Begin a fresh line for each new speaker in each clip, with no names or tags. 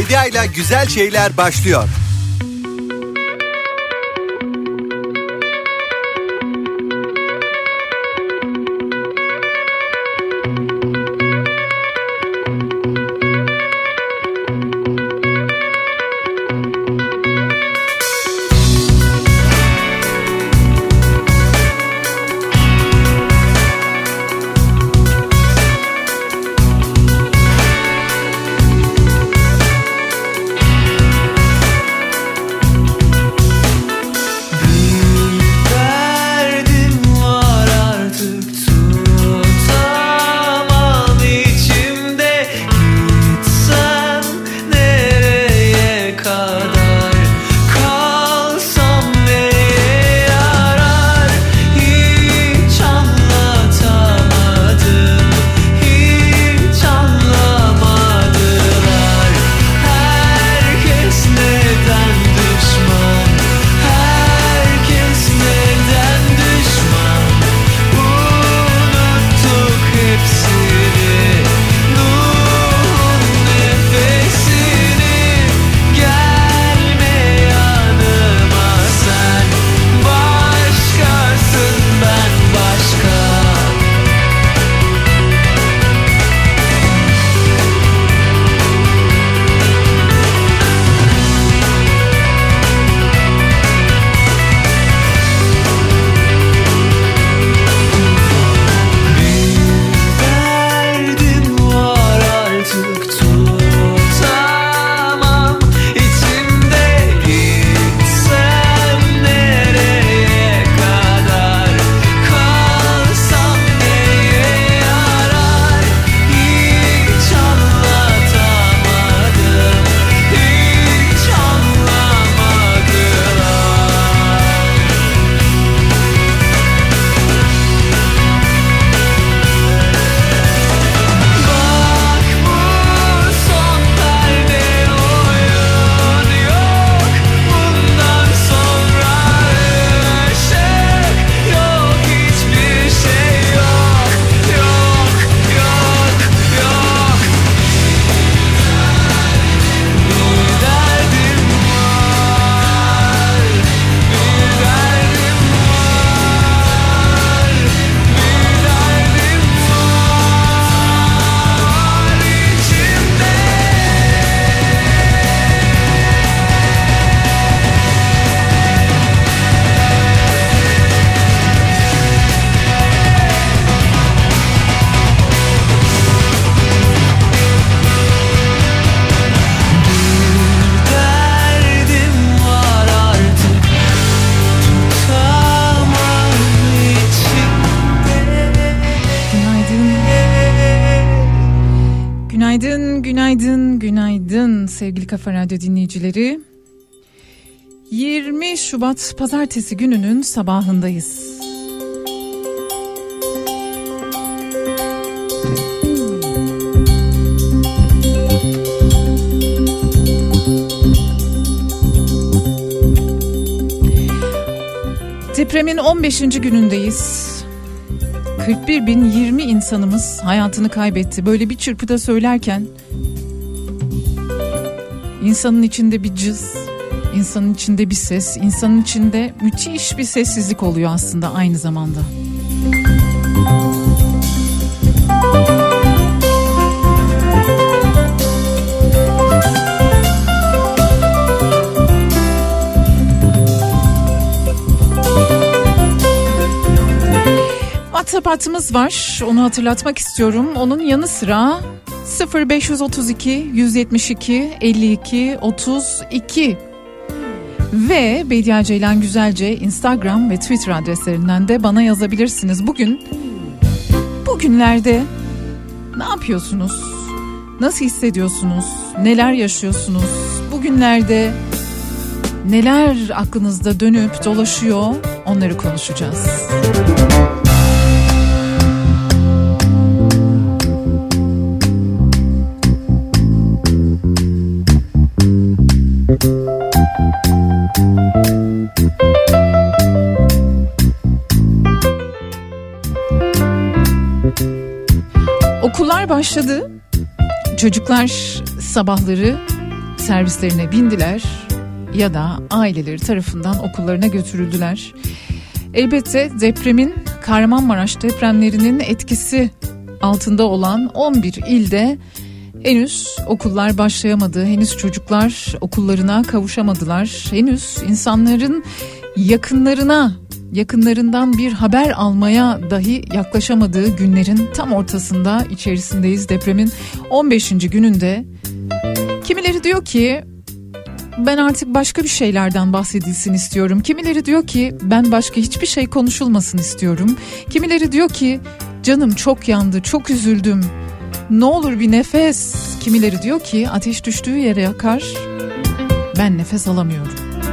Bedia ile güzel şeyler başlıyor.
Günaydın sevgili Kafa Radyo dinleyicileri. 20 Şubat Pazartesi gününün sabahındayız. Depremin 15. günündeyiz. 41.020 insanımız hayatını kaybetti. Böyle bir çırpıda söylerken insanın içinde bir cız, insanın içinde bir ses, insanın içinde müthiş bir sessizlik oluyor aslında aynı zamanda. WhatsApp hattımız var, onu hatırlatmak istiyorum. Onun yanı sıra 0532 172 52 32 ve Bedia Ceylan Güzelce Instagram ve Twitter adreslerinden de bana yazabilirsiniz. Bugünlerde ne yapıyorsunuz? Nasıl hissediyorsunuz? Neler yaşıyorsunuz? Bugünlerde neler aklınızda dönüp dolaşıyor? Onları konuşacağız. Okullar başladı. Çocuklar sabahları servislerine bindiler ya da aileleri tarafından okullarına götürüldüler. Elbette depremin, Kahramanmaraş depremlerinin etkisi altında olan 11 ilde henüz okullar başlayamadı. Henüz çocuklar okullarına kavuşamadılar. Henüz insanların yakınlarından bir haber almaya dahi yaklaşamadığı günlerin tam ortasında içerisindeyiz. Depremin 15. gününde kimileri diyor ki ben artık başka bir şeylerden bahsedilsin istiyorum. Kimileri diyor ki ben başka hiçbir şey konuşulmasın istiyorum. Kimileri diyor ki canım çok yandı, çok üzüldüm. Ne olur bir nefes. Kimileri diyor ki ateş düştüğü yere yakar. Ben nefes alamıyorum.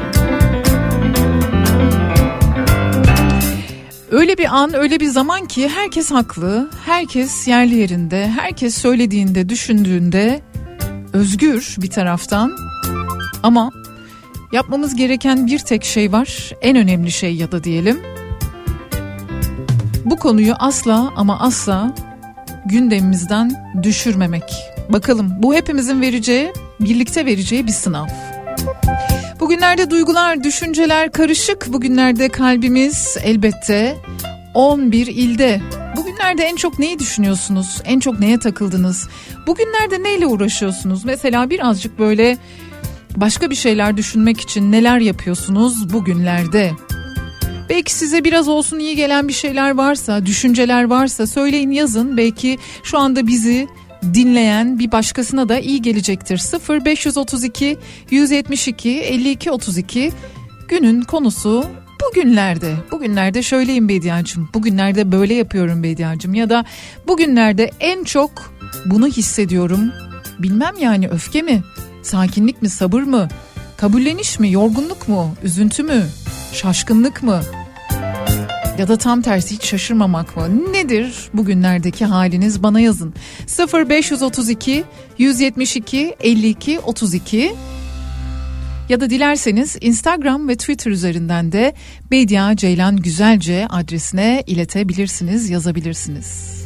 Öyle bir an, öyle bir zaman ki herkes haklı, herkes yerli yerinde, herkes söylediğinde, düşündüğünde özgür bir taraftan. Ama yapmamız gereken bir tek şey var, en önemli şey ya da diyelim. Bu konuyu asla ama asla gündemimizden düşürmemek. Bakalım bu hepimizin birlikte vereceği bir sınav. Bugünlerde duygular, düşünceler karışık. Bugünlerde kalbimiz elbette 11 ilde. Bugünlerde en çok neyi düşünüyorsunuz? En çok neye takıldınız? Bugünlerde neyle uğraşıyorsunuz? Mesela birazcık böyle başka bir şeyler düşünmek için neler yapıyorsunuz bugünlerde? Belki size biraz olsun iyi gelen bir şeyler varsa, düşünceler varsa söyleyin, yazın. Belki şu anda bizi dinleyen bir başkasına da iyi gelecektir. 0532 172 52 32 günün konusu bugünlerde. Bugünlerde şöyleyim Bediacığım, bugünlerde böyle yapıyorum Bediacığım ya da bugünlerde en çok bunu hissediyorum. Bilmem yani, öfke mi, sakinlik mi, sabır mı, kabulleniş mi, yorgunluk mu, üzüntü mü, şaşkınlık mı? Ya da tam tersi hiç şaşırmamak mı? Nedir bugünlerdeki haliniz? Bana yazın. 0532 172 52 32 ya da dilerseniz Instagram ve Twitter üzerinden de Bedia Ceylan Güzelce adresine iletebilirsiniz, yazabilirsiniz.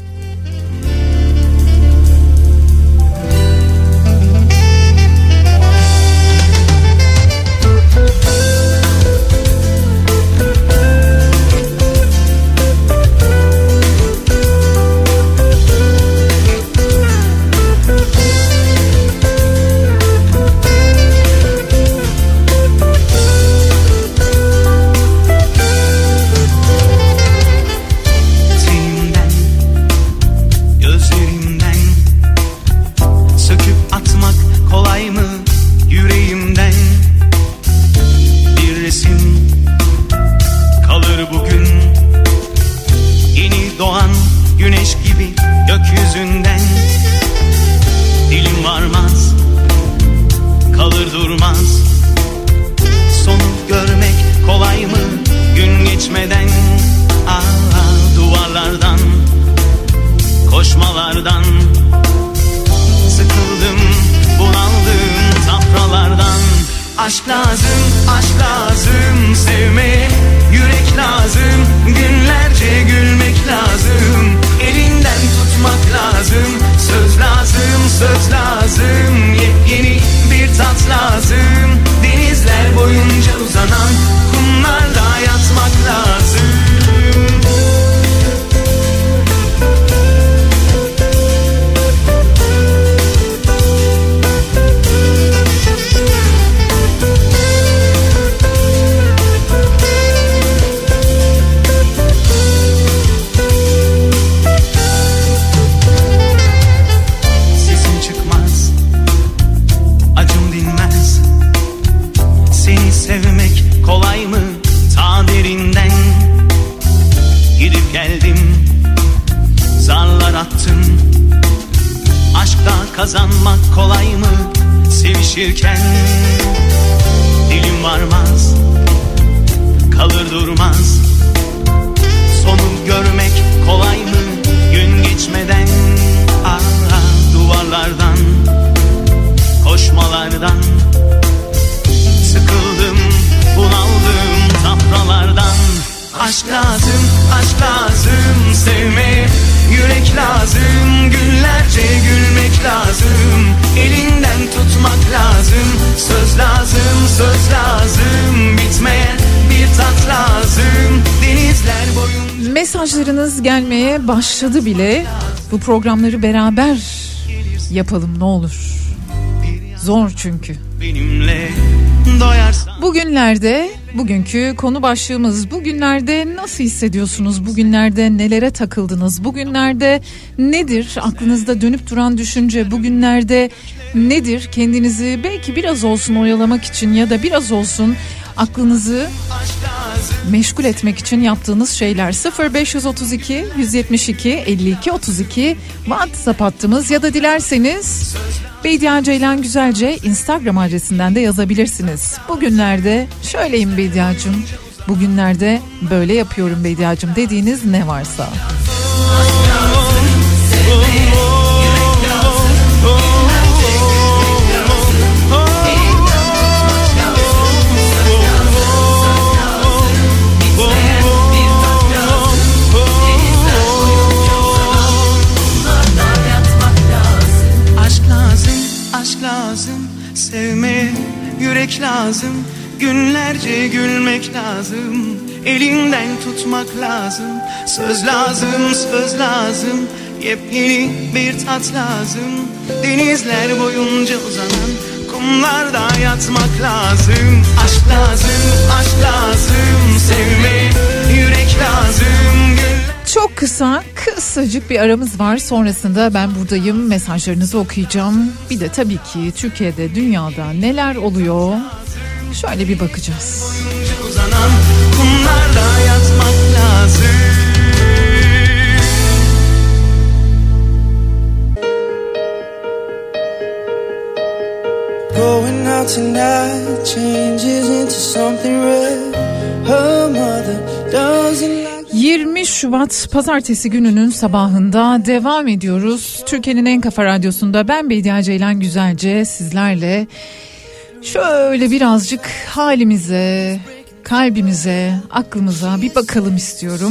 Gökyüzünden dilim varmaz, kalır durmaz. Sonu görmek kolay mı gün geçmeden? Duvarlardan, koşmalardan sıkıldım, bunaldım safralardan. Aşk lazım, aşk lazım, sevmeye yürek lazım, günlerce gülmek lazım, elinden tutmak lazım, söz lazım, söz lazım, yepyeni bir tat lazım, denizler boyunca uzanan kumlarda yatmak lazım. Sevmek kolay mı ta derinden? Gidip geldim, zarlar attım. Aşkta kazanmak kolay mı sevişirken? Dilim varmaz, kalır durmaz. Sonu görmek kolay mı gün geçmeden? Duvarlardan, koşmalardan sıkıldım, bunaldım safralardan. Aşk lazım, aşk lazım, sevmeye yürek lazım, günlerce gülmek lazım, elinden tutmak lazım,
Mesajlarınız gelmeye başladı bile. Bu programları beraber yapalım ne olur. Zor çünkü. Bugünlerde, bugünkü konu başlığımız, bugünlerde nasıl hissediyorsunuz? Bugünlerde nelere takıldınız? Bugünlerde nedir aklınızda dönüp duran düşünce? Bugünlerde nedir kendinizi belki biraz olsun oyalamak için ya da biraz olsun aklınızı meşgul etmek için yaptığınız şeyler? 0532 172 52 32 WhatsApp hattımız ya da dilerseniz Bediye Ceylan Güzelce Instagram adresinden de yazabilirsiniz. Bugünlerde şöyleyim Bediacığım, bugünlerde böyle yapıyorum Bediacığım dediğiniz ne varsa.
Aşk lazım, sevmeye yürek lazım, günlerce gülmek lazım, elinden tutmak lazım, söz lazım, söz lazım, yepyeni bir tat lazım, denizler boyunca uzanan kumlarda yatmak lazım. Aşk lazım, aşk lazım, sevmeye yürek lazım.
Çok kısacık bir aramız var. Sonrasında ben buradayım. Mesajlarınızı okuyacağım. Bir de tabii ki Türkiye'de, dünyada neler oluyor? Şöyle bir bakacağız.
Uzanan kumlarda yatmak lazım.
Going out tonight changes into something red. Her mother doesn't like
20 Şubat Pazartesi gününün sabahında devam ediyoruz. Türkiye'nin en kafa radyosunda ben Bediye Ceylan Güzelce sizlerle şöyle birazcık halimize, kalbimize, aklımıza bir bakalım istiyorum.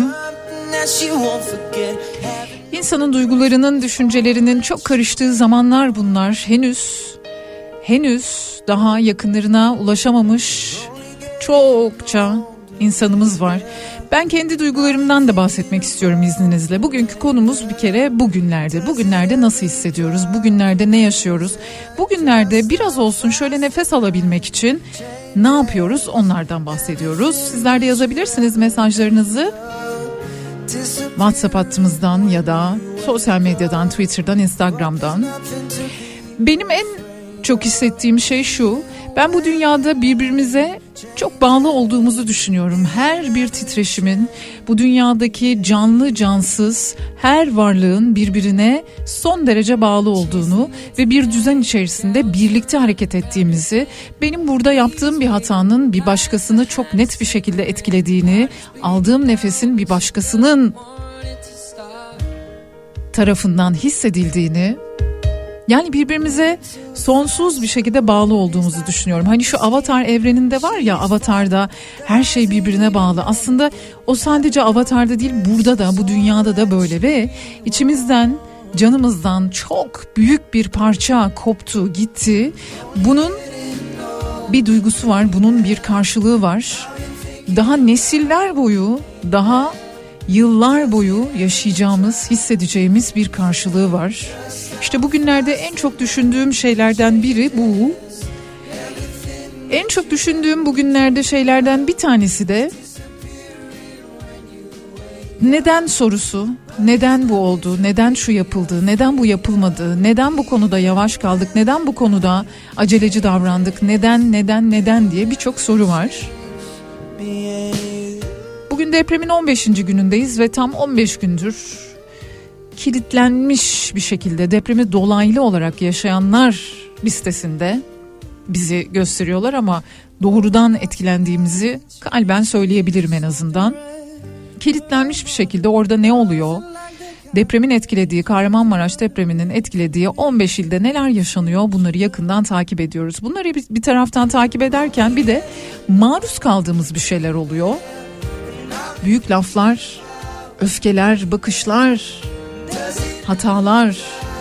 İnsanın duygularının, düşüncelerinin çok karıştığı zamanlar bunlar. Henüz daha yakınlarına ulaşamamış çokça insanımız var. Ben kendi duygularımdan da bahsetmek istiyorum izninizle. Bugünkü konumuz bir kere bugünlerde. Bugünlerde nasıl hissediyoruz? Bugünlerde ne yaşıyoruz? Bugünlerde biraz olsun şöyle nefes alabilmek için ne yapıyoruz? Onlardan bahsediyoruz. Sizler de yazabilirsiniz mesajlarınızı. WhatsApp hattımızdan ya da sosyal medyadan, Twitter'dan, Instagram'dan. Benim en çok hissettiğim şey şu. Ben bu dünyada birbirimize çok bağlı olduğumuzu düşünüyorum. Her bir titreşimin, bu dünyadaki canlı cansız her varlığın birbirine son derece bağlı olduğunu ve bir düzen içerisinde birlikte hareket ettiğimizi, benim burada yaptığım bir hatanın bir başkasını çok net bir şekilde etkilediğini, aldığım nefesin bir başkasının tarafından hissedildiğini, yani birbirimize sonsuz bir şekilde bağlı olduğumuzu düşünüyorum. Hani şu Avatar evreninde var ya, Avatar'da her şey birbirine bağlı. Aslında o sadece Avatar'da değil, burada da, bu dünyada da böyle ve içimizden, canımızdan çok büyük bir parça koptu, gitti. Bunun bir duygusu var, bunun bir karşılığı var. Daha nesiller boyu, daha yıllar boyu yaşayacağımız, hissedeceğimiz bir karşılığı var. İşte bugünlerde en çok düşündüğüm şeylerden biri bu. En çok düşündüğüm bugünlerde şeylerden bir tanesi de neden sorusu. Neden bu oldu? Neden şu yapıldı? Neden bu yapılmadı? Neden bu konuda yavaş kaldık? Neden bu konuda aceleci davrandık? Neden diye birçok soru var. Bugün depremin 15. günündeyiz ve tam 15 gündür kilitlenmiş bir şekilde depremi dolaylı olarak yaşayanlar listesinde bizi gösteriyorlar ama doğrudan etkilendiğimizi kalben söyleyebilirim en azından. Kilitlenmiş bir şekilde orada ne oluyor? Depremin etkilediği, Kahramanmaraş depreminin etkilediği 15 ilde neler yaşanıyor? Bunları yakından takip ediyoruz. Bunları bir taraftan takip ederken bir de maruz kaldığımız bir şeyler oluyor. Büyük laflar, öfkeler, bakışlar, hatalar.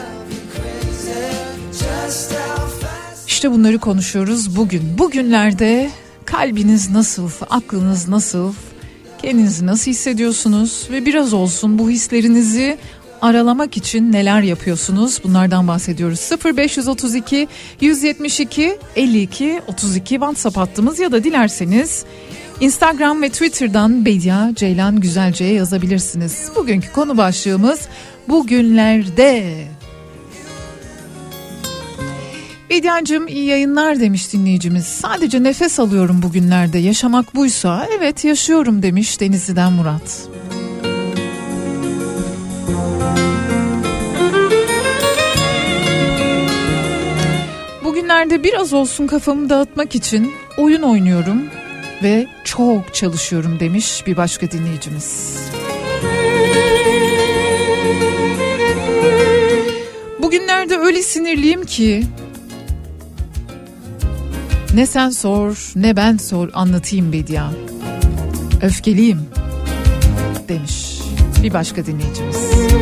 İşte bunları konuşuyoruz bugün. Bugünlerde kalbiniz nasıl, aklınız nasıl? Kendinizi nasıl hissediyorsunuz ve biraz olsun bu hislerinizi aralamak için neler yapıyorsunuz? Bunlardan bahsediyoruz. 0532 172 52 32 WhatsApp hattımız ya da dilerseniz Instagram ve Twitter'dan Bediye Ceylan Güzelce'ye yazabilirsiniz. Bugünkü konu başlığımız bugünlerde. Bediye'cim iyi yayınlar demiş dinleyicimiz. Sadece nefes alıyorum bugünlerde, yaşamak buysa evet yaşıyorum demiş Denizli'den Murat. Bugünlerde biraz olsun kafamı dağıtmak için oyun oynuyorum ve çok çalışıyorum demiş bir başka dinleyicimiz. Bugünlerde öyle sinirliyim ki ne sen sor ne ben sor anlatayım Bediye. Öfkeliyim demiş bir başka dinleyicimiz.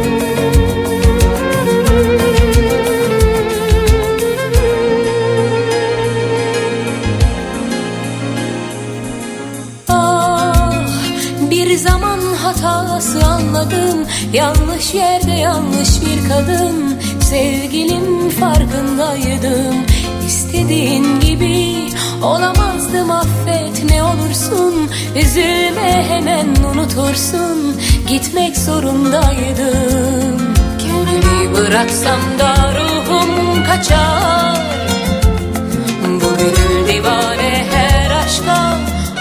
Bir zaman hatası anladım, yanlış yerde yanlış bir kadın. Sevgilim farkındaydım, istediğin gibi olamazdım, affet ne olursun. Üzülme hemen unutursun, gitmek zorundaydım. Kendimi bıraksam da ruhum kaçar, bu gönül divane her aşka.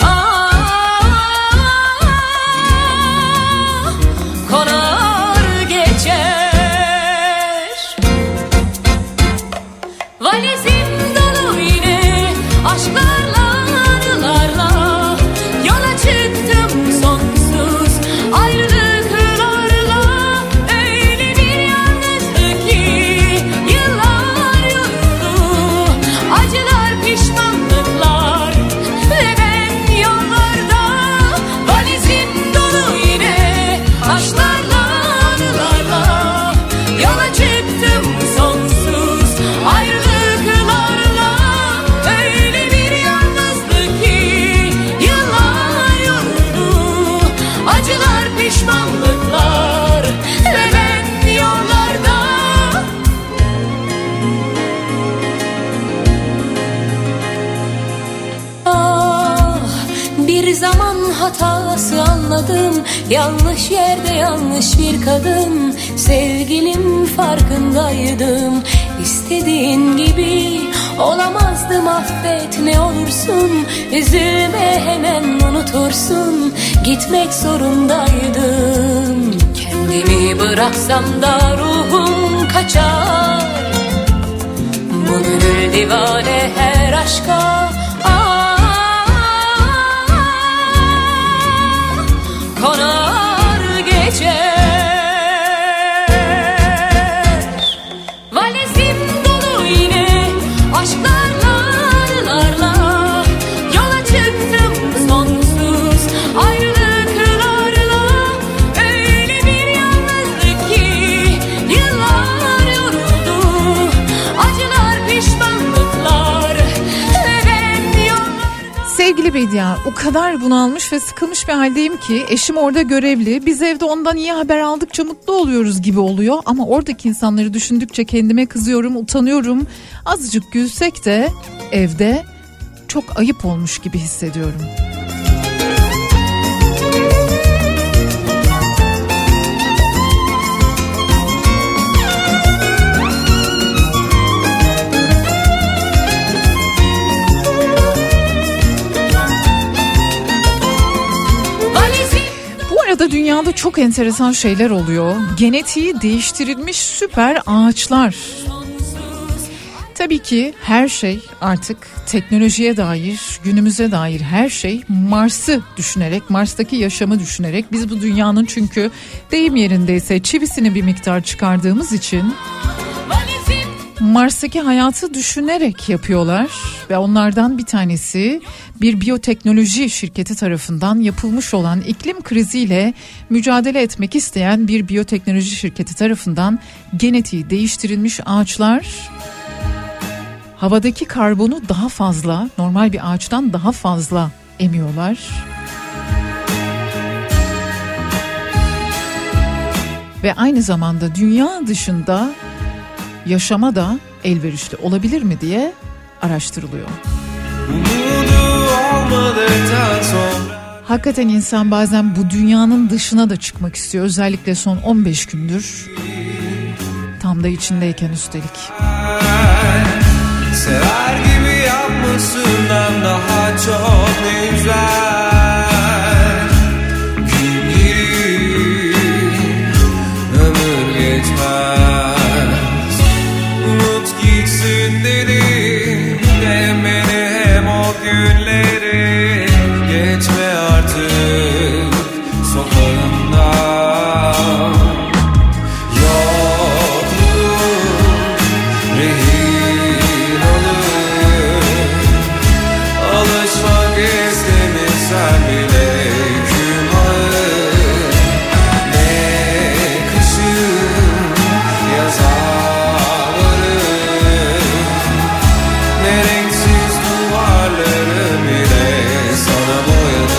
Hatası anladım, yanlış yerde yanlış bir kadın. Sevgilim farkındaydım, istediğin gibi olamazdım, affet ne olursun. Üzülme hemen unutursun, gitmek zorundaydım. Kendimi bıraksam da ruhum kaçar, bu gönül divane her aşka. Konar geçer, valizim dolu yine aşklarla, anılarla. Yola çıktım sonsuz ayrılıklarla. Öyle bir yalnızlık ki yıllar yoruldu, acılar pişmanlıklar ve ben yollarda.
Sevgili Bediye, o kadar bunalmış ve sıkılmış bir haldeyim ki eşim orada görevli. Biz evde ondan iyi haber aldıkça mutlu oluyoruz gibi oluyor. Ama oradaki insanları düşündükçe kendime kızıyorum, utanıyorum. Azıcık gülsek de evde çok ayıp olmuş gibi hissediyorum. Dünyada çok enteresan şeyler oluyor. Genetiği değiştirilmiş süper ağaçlar. Tabii ki her şey artık teknolojiye dair, günümüze dair her şey Mars'ı düşünerek, Mars'taki yaşamı düşünerek. Biz bu dünyanın çünkü deyim yerindeyse çivisini bir miktar çıkardığımız için Mars'taki hayatı düşünerek yapıyorlar ve onlardan bir tanesi bir biyoteknoloji şirketi tarafından yapılmış olan iklim kriziyle mücadele etmek isteyen bir biyoteknoloji şirketi tarafından genetiği değiştirilmiş ağaçlar havadaki karbonu daha fazla, normal bir ağaçtan daha fazla emiyorlar. ve aynı zamanda dünya dışında yaşama da elverişli olabilir mi diye araştırılıyor. Hakikaten insan bazen bu dünyanın dışına da çıkmak istiyor. Özellikle son 15 gündür. Tam da içindeyken üstelik.
Sever gibi yapmasından daha çok ne güzel. Gün gelir, ömür geçmez. Unut gitsin dedim, hem beni hem o günleri. Geçme artık sokağından. Yokluğun rehin alır. Alışmak istemesen bile yüküm ağır. Ne kışın yazalarım, ne renksiz duvarlarım bile sana boyadım.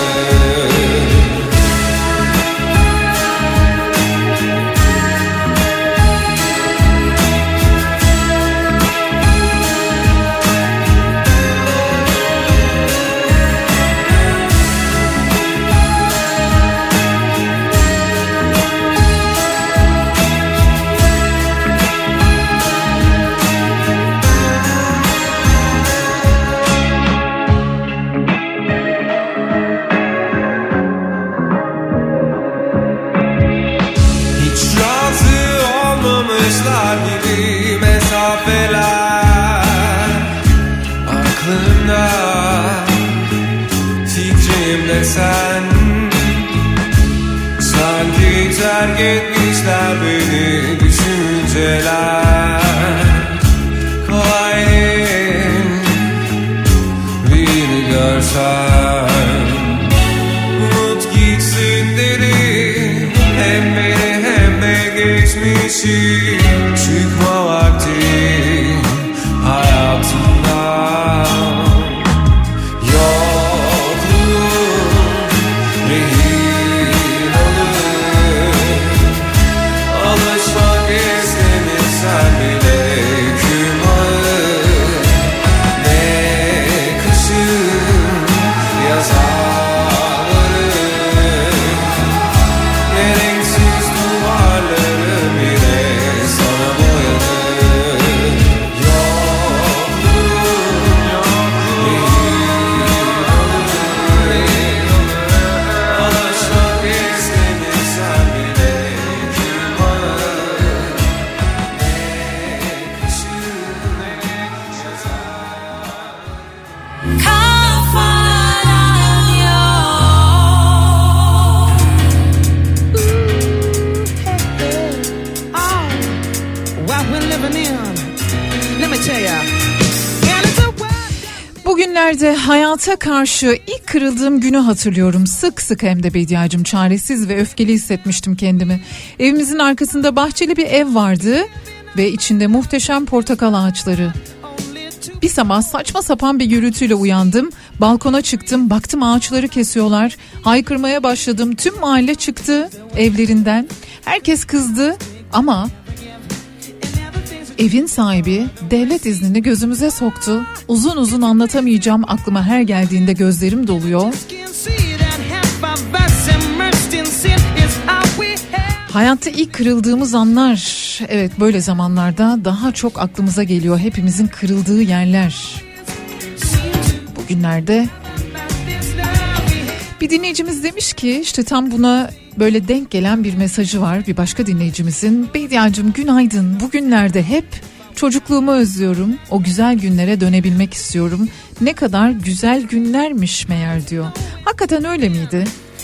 Hiç razı olmamışlar gibi mesafeler aklımda, fikrimde sen. Sanki terk etmişler beni düşünceler. Kolay değil beni görsen. Unut gitsin dedim, hem beni hem de geçmişi. Çıkma vakti hayatımdan. Yokluğun rehin alır. Alışmak istemesen bile yüküm ağır. Ne kışın yazalarım, ne renksiz duvarlarım bile sana boyadım. Yokluğun rehin alır. Alışmak istemesen bile yüküm ağır. Ne kışın yazalarım.
Kafadan
What we're living in, let me tell ya.
Bugünlerde hayata karşı ilk kırıldığım günü hatırlıyorum. Sık sık hem de Bediacığım, çaresiz ve öfkeli hissetmiştim kendimi. Evimizin arkasında bahçeli bir ev vardı ve içinde muhteşem portakal ağaçları. Bir sabah saçma sapan bir gürültüyle uyandım. Balkona çıktım, baktım ağaçları kesiyorlar. Haykırmaya başladım. Tüm mahalle çıktı evlerinden. Herkes kızdı ama evin sahibi devlet iznini gözümüze soktu. Uzun uzun anlatamayacağım, aklıma her geldiğinde gözlerim doluyor. Hayatta ilk kırıldığımız anlar, evet böyle zamanlarda daha çok aklımıza geliyor hepimizin kırıldığı yerler. Bugünlerde bir dinleyicimiz demiş ki işte tam buna böyle denk gelen bir mesajı var bir başka dinleyicimizin. Bediacığım günaydın, bugünlerde hep çocukluğumu özlüyorum, o güzel günlere dönebilmek istiyorum. Ne kadar güzel günlermiş meğer diyor. Hakikaten öyle miydi?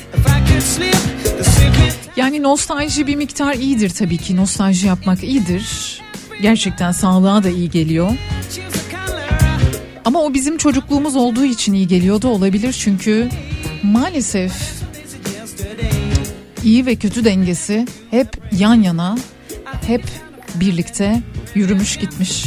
Yani nostalji bir miktar iyidir tabii ki, nostalji yapmak iyidir. Gerçekten sağlığa da iyi geliyor. Ama o bizim çocukluğumuz olduğu için iyi geliyor da olabilir. Çünkü maalesef iyi ve kötü dengesi hep yan yana, hep birlikte yürümüş gitmiş.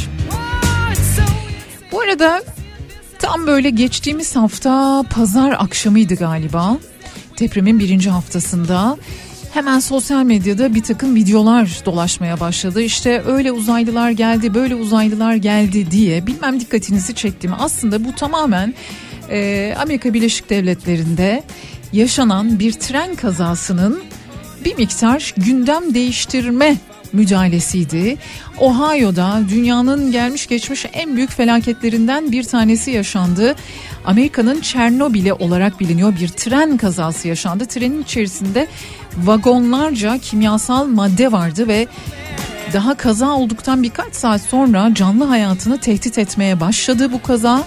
Bu arada tam böyle geçtiğimiz hafta pazar akşamıydı galiba. Depremin 1. haftasında Hemen sosyal medyada bir takım videolar dolaşmaya başladı. İşte öyle uzaylılar geldi, böyle uzaylılar geldi diye, bilmem dikkatinizi çekti mi? Aslında bu tamamen Amerika Birleşik Devletleri'nde yaşanan bir tren kazasının bir miktar gündem değiştirme müdahalesiydi. Ohio'da dünyanın gelmiş geçmiş en büyük felaketlerinden bir tanesi yaşandı. Amerika'nın Çernobil'i olarak biliniyor bir tren kazası yaşandı. Trenin içerisinde vagonlarca kimyasal madde vardı ve daha kaza olduktan birkaç saat sonra canlı hayatını tehdit etmeye başladı bu kaza.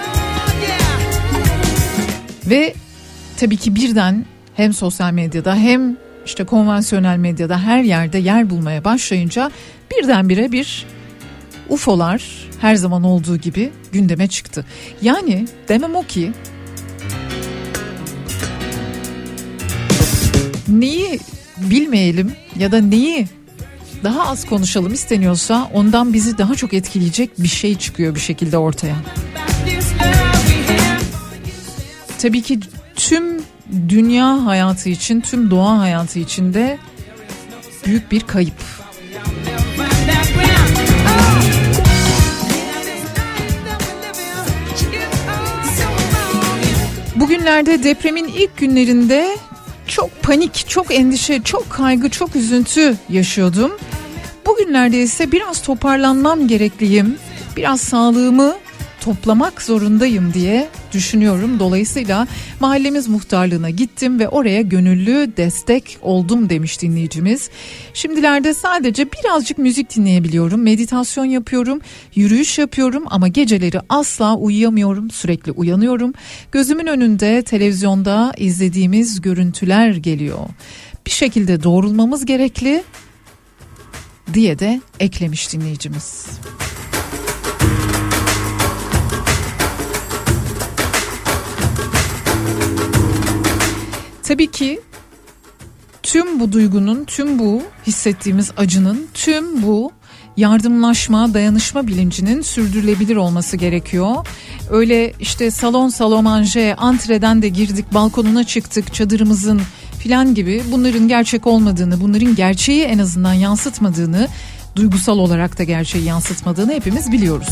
Ve tabii ki birden hem sosyal medyada hem işte konvansiyonel medyada her yerde yer bulmaya başlayınca birdenbire bir UFO'lar her zaman olduğu gibi gündeme çıktı. Yani demem o ki neyi bilmeyelim ya da neyi daha az konuşalım isteniyorsa ondan bizi daha çok etkileyecek bir şey çıkıyor bir şekilde ortaya. Tabii ki tüm dünya hayatı için, tüm doğa hayatı için de büyük bir kayıp. Bugünlerde depremin ilk günlerinde çok panik, çok endişe, çok kaygı, çok üzüntü yaşıyordum. Bugünlerde ise biraz toparlanmam gerekliyim, biraz sağlığımı toplamak zorundayım diye düşünüyorum. Dolayısıyla mahallemiz muhtarlığına gittim ve oraya gönüllü destek oldum demiş dinleyicimiz. Şimdilerde sadece birazcık müzik dinleyebiliyorum, meditasyon yapıyorum, yürüyüş yapıyorum ama geceleri asla uyuyamıyorum, sürekli uyanıyorum. Gözümün önünde televizyonda izlediğimiz görüntüler geliyor. Bir şekilde doğrulmamız gerekli diye de eklemiş dinleyicimiz. Tabii ki tüm bu duygunun, tüm bu hissettiğimiz acının, tüm bu yardımlaşma, dayanışma bilincinin sürdürülebilir olması gerekiyor. Öyle işte salon salomanje, antreden de girdik, balkonuna çıktık, çadırımızın filan gibi bunların gerçek olmadığını, bunların gerçeği en azından yansıtmadığını, duygusal olarak da gerçeği yansıtmadığını hepimiz biliyoruz.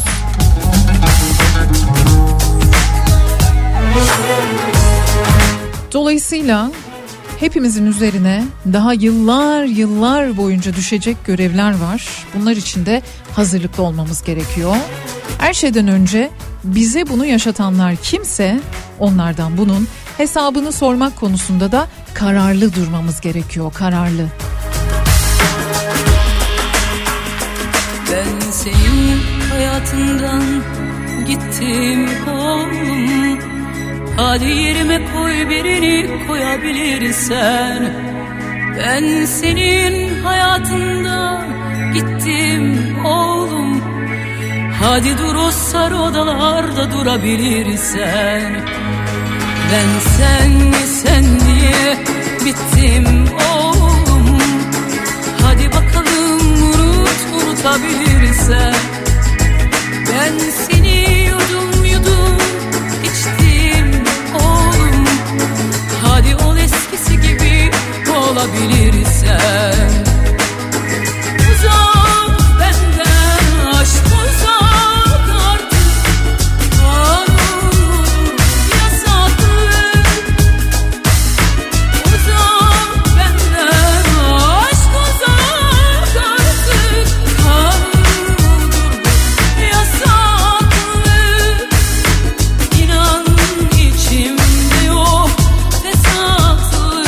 Dolayısıyla hepimizin üzerine daha yıllar boyunca düşecek görevler var. Bunlar için de hazırlıklı olmamız gerekiyor. Her şeyden önce bize bunu yaşatanlar kimse onlardan bunun hesabını sormak konusunda da kararlı durmamız gerekiyor, kararlı.
Ben senin hayatından gittim oğlum. Hadi yerime koy birini koyabilirsen. Ben senin hayatından gittim oğlum. Hadi dur o sarı odalarda durabilirsen. Ben sen diye bittim oğlum. Hadi bakalım unutabilirsen. Ben seni yudum içtim oğlum. Hadi ol eskisi gibi olabilirsen. Uzak benden aşk uzak artık. Kanun yasaklı. Uzak benden aşk uzak artık. Kanun yasaklı. İnan içimde yok fesatlı.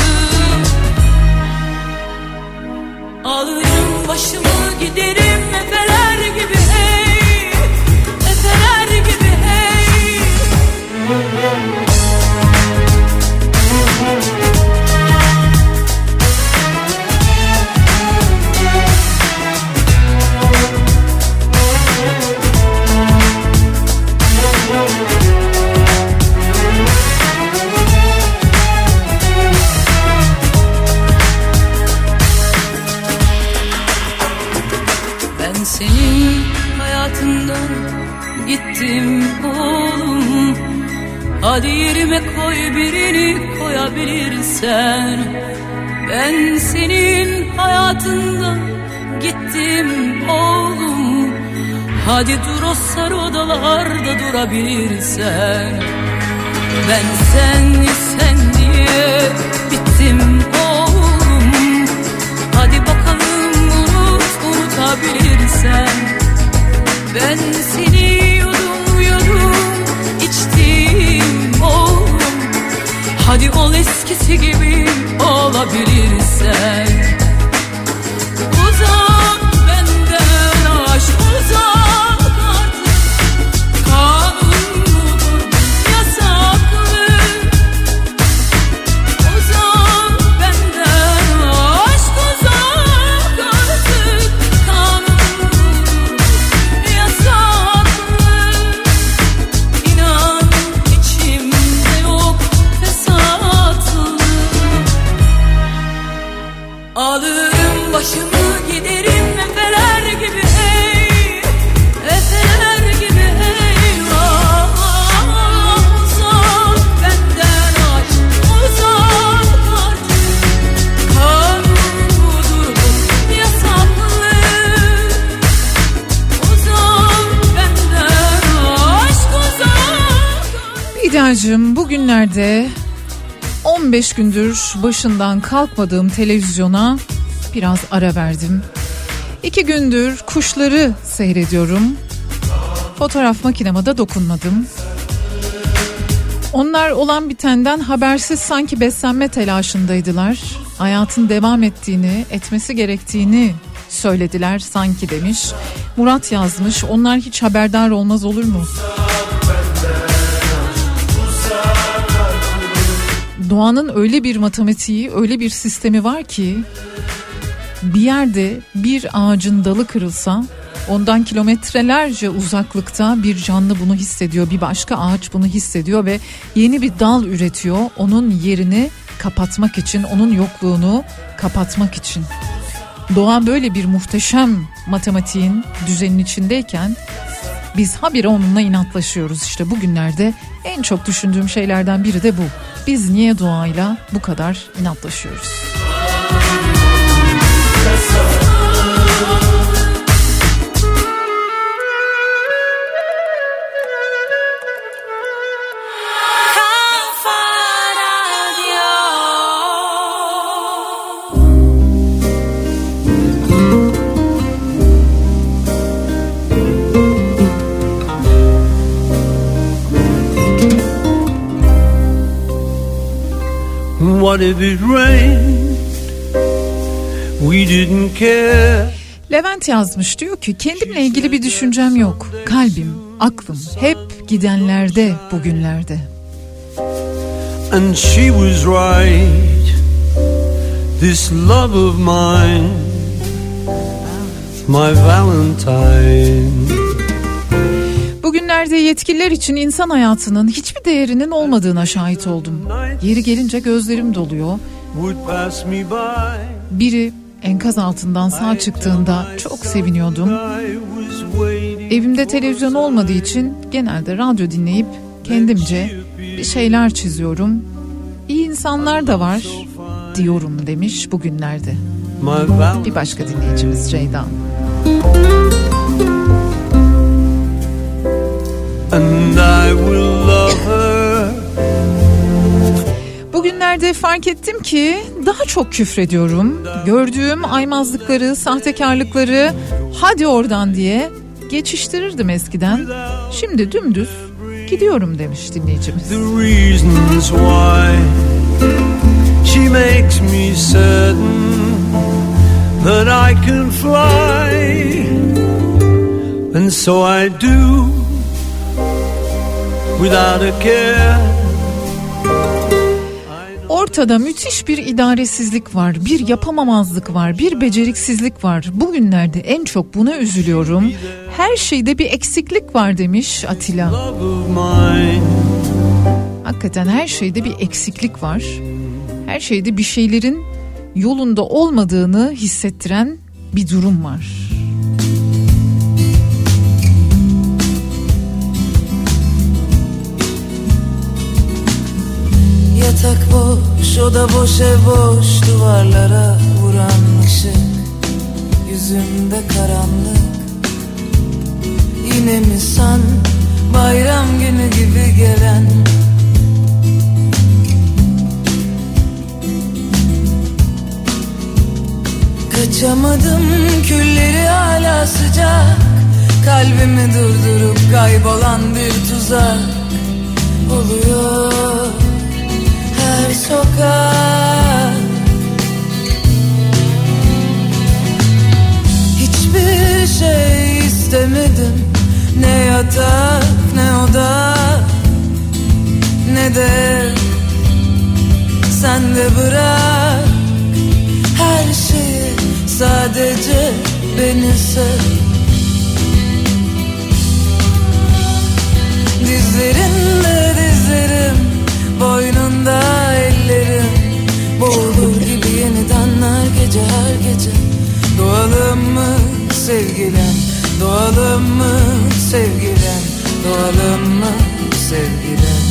Alırım başımı giderim efeler gibi hey. Efeler gibi hey. Ben senin hayatından gittim oğlum. Hadi yerime koy birini koyabilirsen. Ben senin hayatından gittim oğlum. Hadi dur o sarı odalarda durabilirsen. Ben sen diye bittim oğlum. Hadi bakalım unutabilirsen. Ben seni yudum içtim oğlum. Hadi ol eskisi gibi olabilirsen. Uzak benden aşk, uzak artık. Kanun mudur yasaklı. Uzak benden aşk, uzak artık. Kanun mudur yasaklı. İnan içimde yok fesatlı. Alırım başımı giderim efeler gibi hey, efeler gibi hey. Uzak benden aç, uzak artık. Kanun mudur bu yasaklı. Uzak benden aşk, uzak.
Bediacığım, bugünlerde 15 gündür başından kalkmadığım televizyona biraz ara verdim. 2 gündür kuşları seyrediyorum. Fotoğraf makineme de dokunmadım. Onlar olan bitenden habersiz sanki beslenme telaşındaydılar. Hayatın devam ettiğini, etmesi gerektiğini söylediler sanki demiş. Murat yazmış, onlar hiç haberdar olmaz olur mu? Doğanın öyle bir matematiği, öyle bir sistemi var ki bir yerde bir ağacın dalı kırılsa ondan kilometrelerce uzaklıkta bir canlı bunu hissediyor, bir başka ağaç bunu hissediyor ve yeni bir dal üretiyor onun yerini kapatmak için, onun yokluğunu kapatmak için. Doğa böyle bir muhteşem matematiğin düzenin içindeyken biz habire onunla inatlaşıyoruz. İşte bugünlerde en çok düşündüğüm şeylerden biri de bu. Biz niye doğayla bu kadar inatlaşıyoruz?
What if it rained? We didn't care.
Levent yazmış, diyor ki kendimle ilgili bir düşüncem yok. Kalbim, aklım hep gidenlerde, bugünlerde.
And she was right. This love of mine, my Valentine.
Bugünlerde yetkililer için insan hayatının hiçbir değerinin olmadığına şahit oldum. Yeri gelince gözlerim doluyor. Biri enkaz altından sağ çıktığında çok seviniyordum. Evimde televizyon olmadığı için genelde radyo dinleyip kendimce bir şeyler çiziyorum. İyi insanlar da var diyorum demiş bugünlerde. Bir başka dinleyicimiz Ceyda.
And I will love her.
Bugünlerde fark ettim ki daha çok küfrediyorum. Gördüğüm aymazlıkları, sahtekarlıkları hadi oradan diye geçiştirirdim eskiden. Şimdi dümdüz gidiyorum demiş dinleyicimiz.
The reasons why she makes me certain that I can fly, and so I do without a care.
Ortada müthiş bir idaresizlik var, bir yapamamazlık var, bir beceriksizlik var. Bugünlerde en çok buna üzülüyorum. Her şeyde bir eksiklik var demiş Atilla. Hakikaten her şeyde bir eksiklik var. Her şeyde bir şeylerin yolunda olmadığını hissettiren bir durum var.
Yatak boş,
oda boş ev boş, duvarlara vuran ışık, yüzümde karanlık. Yine mi sen bayram günü gibi gelen? Kaçamadım, külleri hala sıcak. Kalbimi durdurup kaybolan bir tuzak oluyor her sokak. Hiçbir şey istemedim, ne yatak ne oda ne de sen de bırak her şeyi, sadece beni sev. Dizlerinde dizlerim, boynunda ellerim, boğulur gibi yeniden her gece her gece. Doğalım mı sevgilim, doğalım mı sevgilim, doğalım mı sevgilim?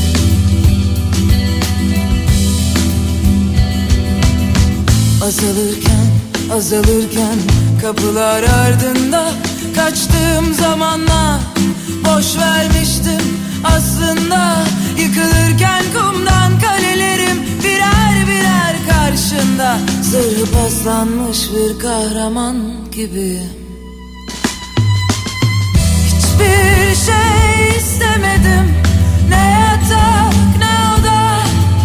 Azalırken kapılar ardında, kaçtığım zamanlar boş vermiştim aslında. Yıkılırken kumdan kalelerim birer birer karşında, zırhı paslanmış bir kahraman gibiyim. Hiçbir şey istemedim, ne yatak ne oda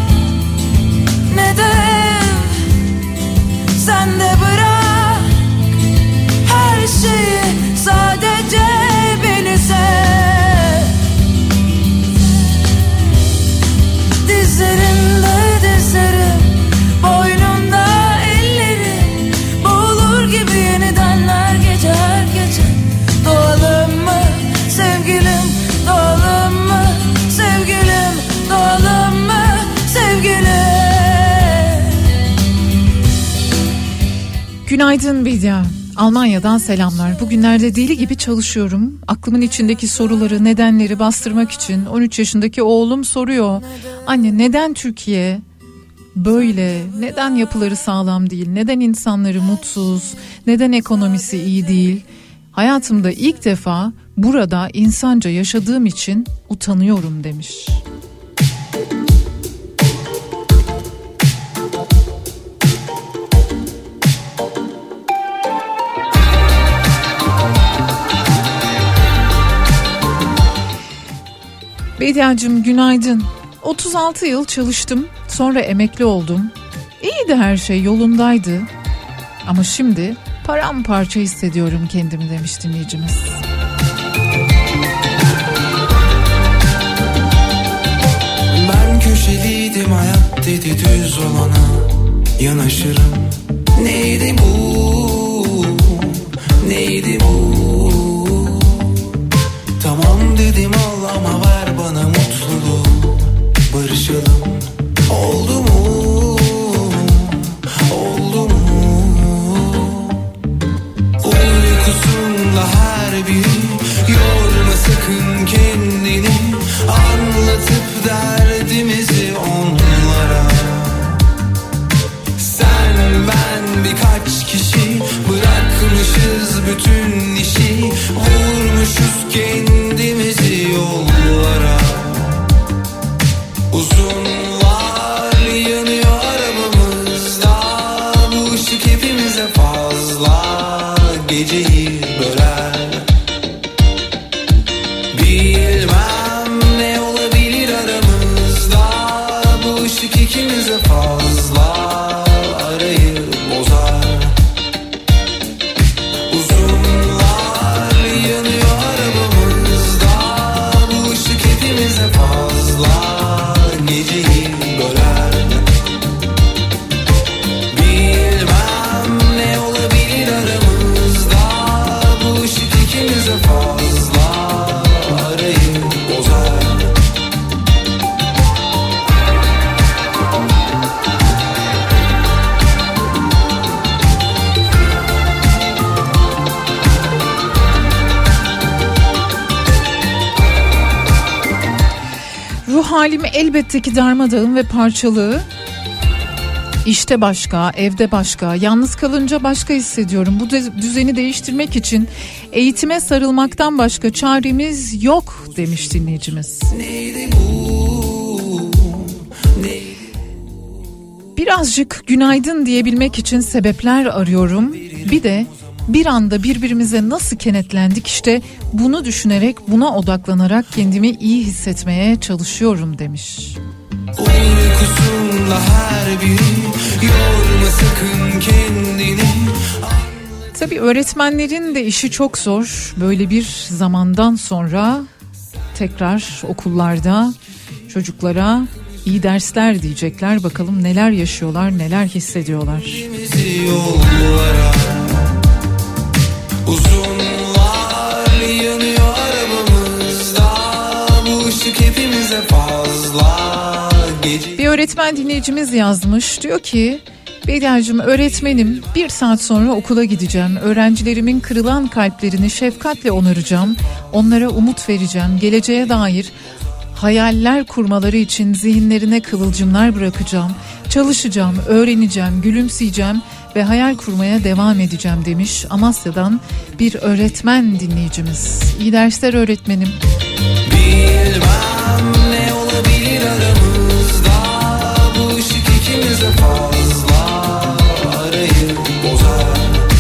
ne de ev, sen de bırak her şeyi, sadece beni sev. Dizlerimde dizlerim, boynumda ellerim, boğulur gibi yeniden her gece her gece. Doğalım mı sevgilim, doğalım mı sevgilim, doğalım mı sevgilim?
Günaydın Bediye. Almanya'dan selamlar. Bugünlerde deli gibi çalışıyorum. Aklımın içindeki soruları, nedenleri bastırmak için 13 yaşındaki oğlum soruyor. Anne, neden Türkiye böyle? Neden yapıları sağlam değil? Neden insanları mutsuz? Neden ekonomisi iyi değil? Hayatımda ilk defa burada insanca yaşadığım için utanıyorum demiş. Bediacığım günaydın. 36 yıl çalıştım, sonra emekli oldum. İyiydi, her şey yolundaydı. Ama şimdi paramparça hissediyorum kendimi demiş dinleyicimiz.
Ben köşeliydim, hayat dedi düz olana yanaşırım. Neydi bu? Neydi bu? Tamam dedim, al ama ver bana mutluluğu. Barışalım. Oldu mu? Oldu mu? Uykusunda her biri, yorma sakın kendini. Anlatıp derdimizi onlara. Sen ben birkaç kişi, bırakmışız bütün işi. Vurmuşuz kendimizi yollara. Uzunlar yanıyor arabamızda, bu ışık hepimize fazla geceyi böler. Bilmem ne olabilir aramızda, bu ışık ikimize fazla arayı bozar. Uzunlar yanıyor arabamızda, bu ışık hepimize fazla geceyi böler. Bilmem ne olabilir aramızda, bu ışık ikimize fazla arayı bozar.
Ruh halimi elbette ki darmadağın ve parçalı. İşte başka, evde başka, yalnız kalınca başka hissediyorum. Bu düzeni değiştirmek için eğitime sarılmaktan başka çaremiz yok demiş dinleyicimiz. Birazcık günaydın diyebilmek için sebepler arıyorum. Bir de bir anda birbirimize nasıl kenetlendik, işte bunu düşünerek, buna odaklanarak kendimi iyi hissetmeye çalışıyorum demiş.
Uykusunda her biri yorma sakın kendini.
Tabii öğretmenlerin de işi çok zor. Böyle bir zamandan sonra tekrar okullarda çocuklara iyi dersler diyecekler. Bakalım neler yaşıyorlar, neler hissediyorlar.
Yollara, uzunlar yanıyor arabamızda. Bu ışık hepimize fazla.
Bir öğretmen dinleyicimiz yazmış, diyor ki Bediacığım, öğretmenim, 1 saat sonra okula gideceğim. Öğrencilerimin kırılan kalplerini şefkatle onaracağım. Onlara umut vereceğim. Geleceğe dair hayaller kurmaları için zihinlerine kıvılcımlar bırakacağım. Çalışacağım, öğreneceğim, gülümseyeceğim ve hayal kurmaya devam edeceğim demiş Amasya'dan bir öğretmen dinleyicimiz. İyi dersler öğretmenim.
Bilmem ne olabilir aramızda. Bu ışık ikimize fazla arayı bozar.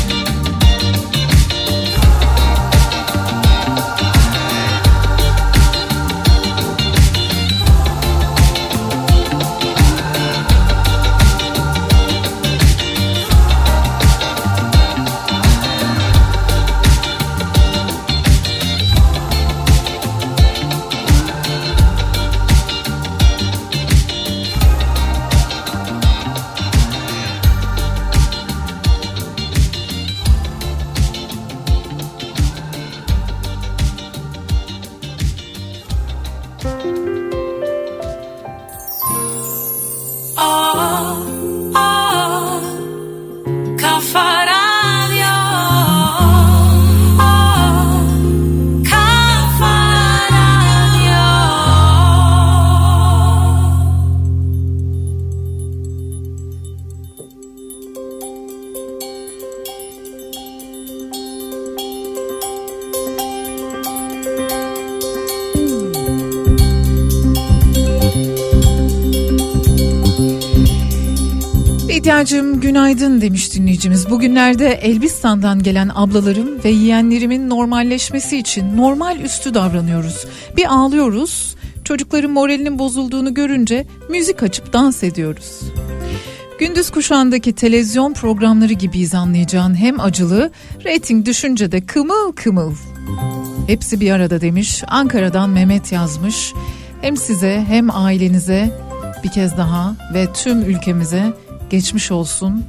Bediacığım günaydın demiş dinleyicimiz. Bugünlerde Elbistan'dan gelen ablalarım ve yeğenlerimin normalleşmesi için normal üstü davranıyoruz. Bir ağlıyoruz, çocukların moralinin bozulduğunu görünce müzik açıp dans ediyoruz. Gündüz kuşağındaki televizyon programları gibiyiz anlayacağın, hem acılı, reyting düşünce de kımıl kımıl. Hepsi bir arada demiş. Ankara'dan Mehmet yazmış. Hem size hem ailenize bir kez daha ve tüm ülkemize geçmiş olsun.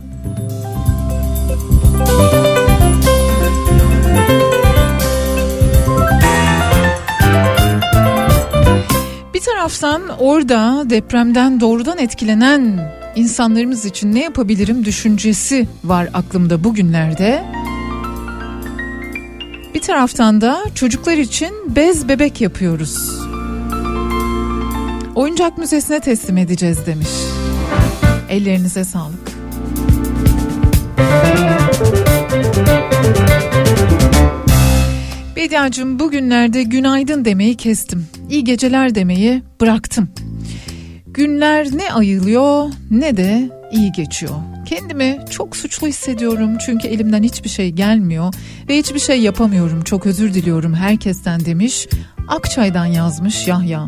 Bir taraftan orada depremden doğrudan etkilenen insanlarımız için ne yapabilirim düşüncesi var aklımda bugünlerde. Bir taraftan da çocuklar için bez bebek yapıyoruz. Oyuncak müzesine teslim edeceğiz demiş. Ellerinize sağlık. Bediacığım, bugünlerde günaydın demeyi kestim. İyi geceler demeyi bıraktım. Günler ne ayılıyor ne de iyi geçiyor. Kendimi çok suçlu hissediyorum çünkü elimden hiçbir şey gelmiyor ve hiçbir şey yapamıyorum. Çok özür diliyorum herkesten demiş. Akçay'dan yazmış Yahya.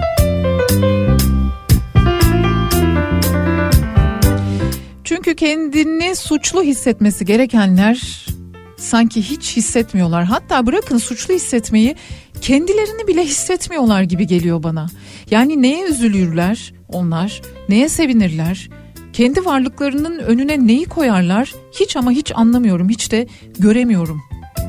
Çünkü kendini suçlu hissetmesi gerekenler sanki hiç hissetmiyorlar. Hatta bırakın suçlu hissetmeyi, kendilerini bile hissetmiyorlar gibi geliyor bana. Yani neye üzülürler onlar, neye sevinirler, kendi varlıklarının önüne neyi koyarlar hiç ama hiç anlamıyorum, hiç de göremiyorum.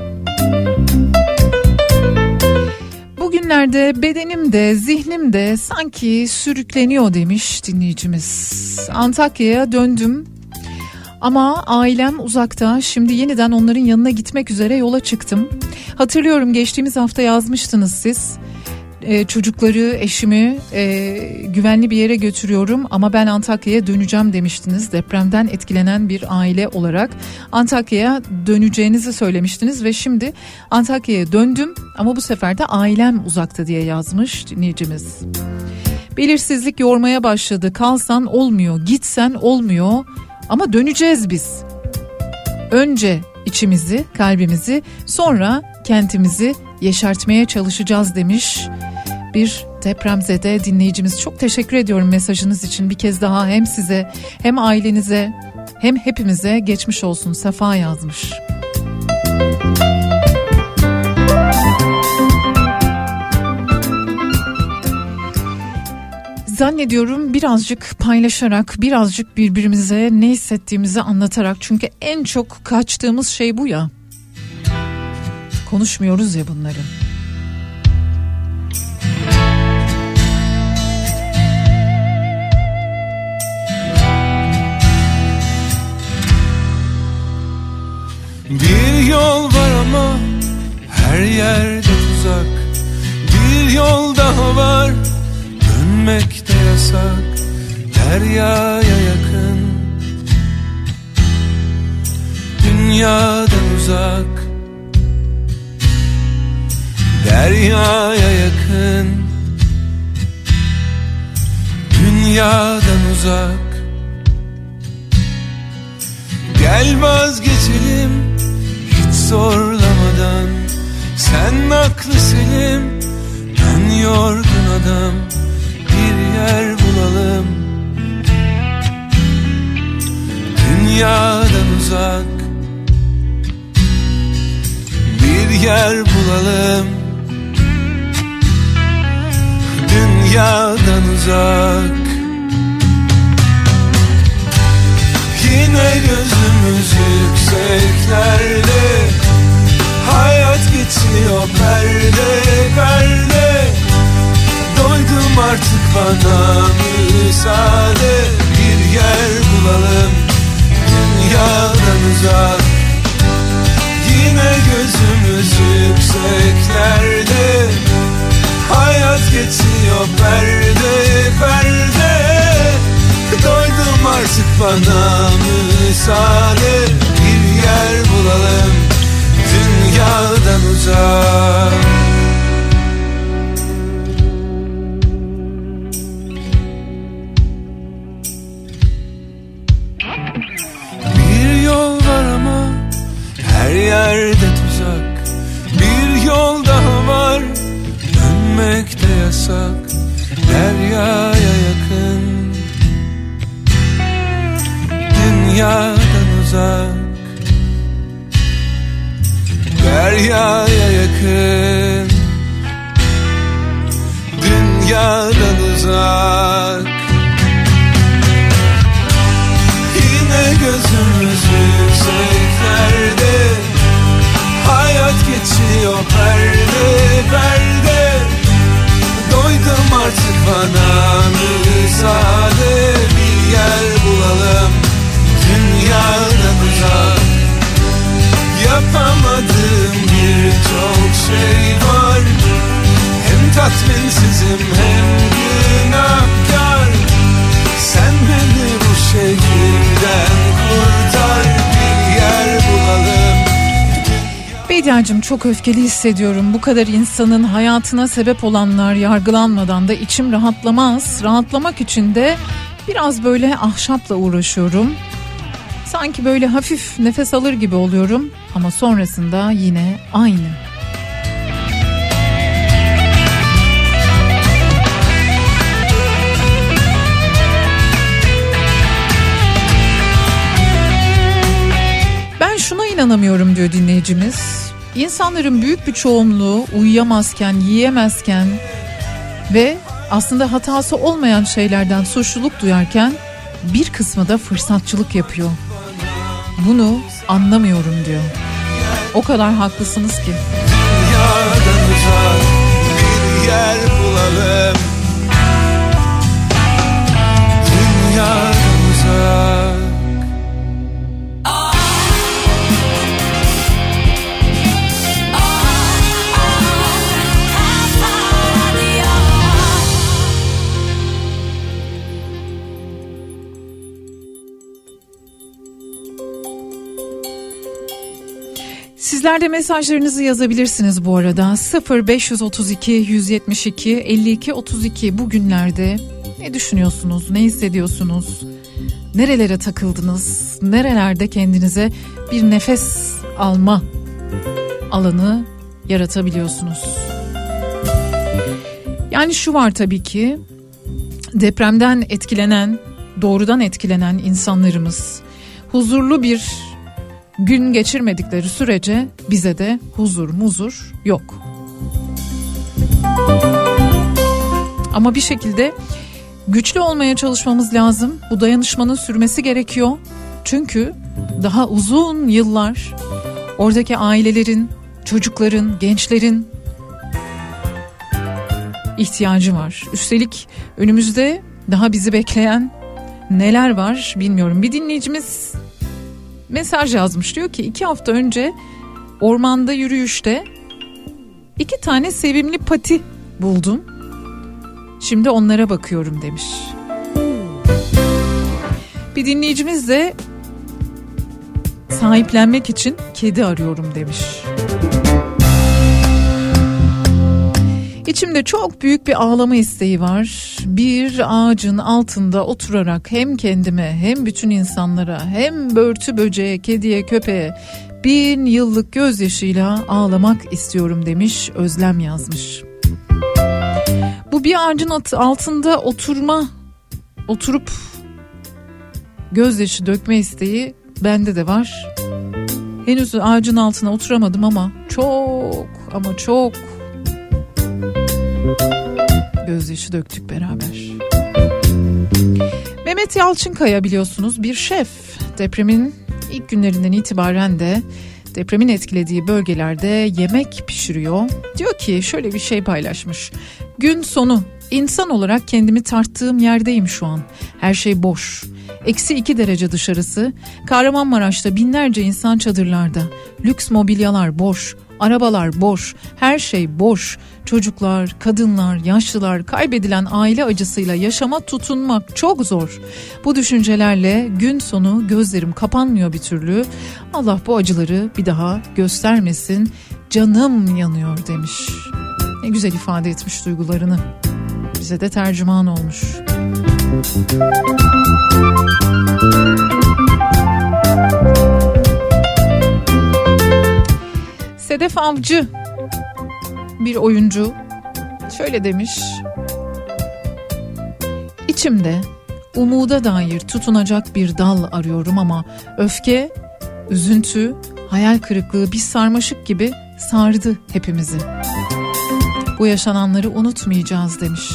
Bugünlerde bedenim de zihnim de sanki sürükleniyor demiş dinleyicimiz. Antakya'ya döndüm ama ailem uzakta. Şimdi yeniden onların yanına gitmek üzere yola çıktım. Hatırlıyorum, geçtiğimiz hafta yazmıştınız siz. çocukları, eşimi güvenli bir yere götürüyorum ama ben Antakya'ya döneceğim demiştiniz. Depremden etkilenen bir aile olarak Antakya'ya döneceğinizi söylemiştiniz ve şimdi Antakya'ya döndüm ama bu sefer de ailem uzakta diye yazmış dinleyicimiz. Belirsizlik yormaya başladı. Kalsan olmuyor, gitsen olmuyor ama döneceğiz biz. Önce içimizi, kalbimizi, sonra kentimizi yeşertmeye çalışacağız demiş bir depremzede dinleyicimiz. Çok teşekkür ediyorum mesajınız için. Bir kez daha hem size hem ailenize hem hepimize geçmiş olsun Sefa yazmış. Zannediyorum birazcık paylaşarak, birazcık birbirimize ne hissettiğimizi anlatarak, çünkü en çok kaçtığımız şey bu ya. Konuşmuyoruz ya bunları.
Bir yol var ama her yerde tuzak. Bir yol daha var, dönmek de yasak. Deryaya yakın, dünyadan uzak. Deryaya yakın, dünyadan uzak. Gel vazgeçelim hiç zorlamadan. Sen aklı selim, ben yorgun adam. Bir yer bulalım, dünyadan uzak. Bir yer bulalım, dünyadan uzak. Yine gözümüz yükseklerde, hayat geçiyor perde perde. Doydum artık, bana müsaade. Bir yer bulalım, dünyadan uzak. Yine gözümüz yükseklerde, hayat geçiyor perde perde. Doydum artık, bana müsaade. Bir yer bulalım, dünyadan uzak. Bir yol var ama her yerde tuzak. Bir yol daha var, dönmek de yasak. Deryaya yakın, dünyadan uzak. Deryaya yakın, dünyadan uzak. Yine gözümüz yükseklerde, hayat geçiyor perde perde. Doydum artık, bana müsaade. Bir yer bulalım, dünyadan uzak. Yapamadığım birçok şey var. Hem tatminsizim hem günahkar. Sen beni bu şehirden kurtar. Bir yer bulalım.
Bediacığım, çok öfkeli hissediyorum. Bu kadar insanın hayatına sebep olanlar yargılanmadan da içim rahatlamaz. Rahatlamak için de biraz böyle ahşapla uğraşıyorum. Sanki böyle hafif nefes alır gibi oluyorum ama sonrasında yine aynı. Ben şuna inanamıyorum diyor dinleyicimiz. İnsanların büyük bir çoğunluğu uyuyamazken, yiyemezken ve aslında hatası olmayan şeylerden suçluluk duyarken bir kısmı da fırsatçılık yapıyor. Bunu anlamıyorum diyor. O kadar haklısınız ki.
Dünyadan uzak bir yer bulalım. Dünyadan uzak.
Sizler de mesajlarınızı yazabilirsiniz bu arada. 0532 172 52 32. Bugünlerde ne düşünüyorsunuz, ne hissediyorsunuz? Nerelere takıldınız? Nerelerde kendinize bir nefes alma alanı yaratabiliyorsunuz? Yani şu var tabii ki, depremden etkilenen, doğrudan etkilenen insanlarımız huzurlu bir gün geçirmedikleri sürece bize de huzur yok. Ama bir şekilde güçlü olmaya çalışmamız lazım. Bu dayanışmanın sürmesi gerekiyor. Çünkü daha uzun yıllar oradaki ailelerin, çocukların, gençlerin ihtiyacı var. Üstelik önümüzde daha bizi bekleyen neler var bilmiyorum. Bir dinleyicimiz mesaj yazmış, diyor ki 2 hafta önce ormanda yürüyüşte 2 tane sevimli pati buldum. Şimdi onlara bakıyorum demiş. Bir dinleyicimiz de sahiplenmek için kedi arıyorum demiş. İçimde çok büyük bir ağlama isteği var. Bir ağacın altında oturarak hem kendime hem bütün insanlara hem börtü böceğe, kediye, köpeğe 1000 yıllık gözyaşıyla ağlamak istiyorum demiş, Özlem yazmış. Bu bir ağacın altında oturup gözyaşı dökme isteği bende de var. Henüz ağacın altına oturamadım ama çok gözyaşı döktük beraber. Mehmet Yalçınkaya biliyorsunuz bir şef. Depremin ilk günlerinden itibaren de depremin etkilediği bölgelerde yemek pişiriyor. Diyor ki, şöyle bir şey paylaşmış. Gün sonu insan olarak kendimi tarttığım yerdeyim şu an. Her şey boş. -2 derece dışarısı. Kahramanmaraş'ta binlerce insan çadırlarda. Lüks mobilyalar boş. Arabalar boş, her şey boş. Çocuklar, kadınlar, yaşlılar, kaybedilen aile acısıyla yaşama tutunmak çok zor. Bu düşüncelerle gün sonu gözlerim kapanmıyor bir türlü. Allah bu acıları bir daha göstermesin. Canım yanıyor demiş. Ne güzel ifade etmiş duygularını. Bize de tercüman olmuş. Sedef Avcı, bir oyuncu, şöyle demiş. İçimde umuda dair tutunacak bir dal arıyorum ama öfke, üzüntü, hayal kırıklığı bir sarmaşık gibi sardı hepimizi. Bu yaşananları unutmayacağız demiş.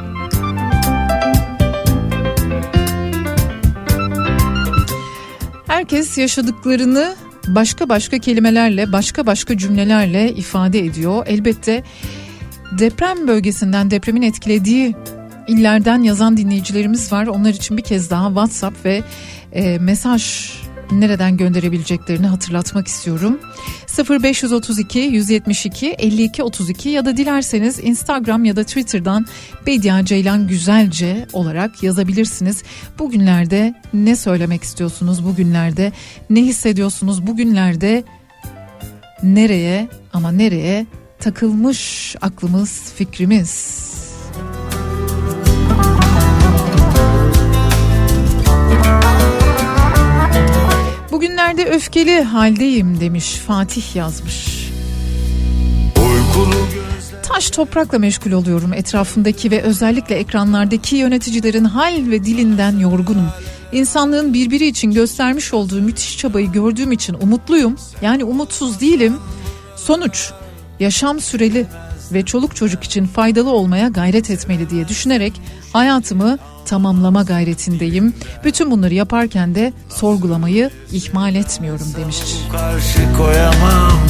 Herkes yaşadıklarını başka kelimelerle, başka cümlelerle ifade ediyor. Elbette deprem bölgesinden, depremin etkilediği illerden yazan dinleyicilerimiz var. Onlar için bir kez daha WhatsApp ve mesaj nereden gönderebileceklerini hatırlatmak istiyorum. 0532 172 52 32 ya da dilerseniz Instagram ya da Twitter'dan Bediye Ceylan Güzelce olarak yazabilirsiniz. Bugünlerde ne söylemek istiyorsunuz? Bugünlerde ne hissediyorsunuz? Bugünlerde nereye takılmış aklımız, fikrimiz? Bugünlerde öfkeli haldeyim demiş, Fatih yazmış. Taş toprakla meşgul oluyorum. Etrafımdaki ve özellikle ekranlardaki yöneticilerin hal ve dilinden yorgunum. İnsanlığın birbiri için göstermiş olduğu müthiş çabayı gördüğüm için umutluyum. Yani umutsuz değilim. Sonuç, yaşam süreli ve çoluk çocuk için faydalı olmaya gayret etmeli diye düşünerek hayatımı tamamlama gayretindeyim. Bütün bunları yaparken de sorgulamayı ihmal etmiyorum demiş.
Karşı koyamam,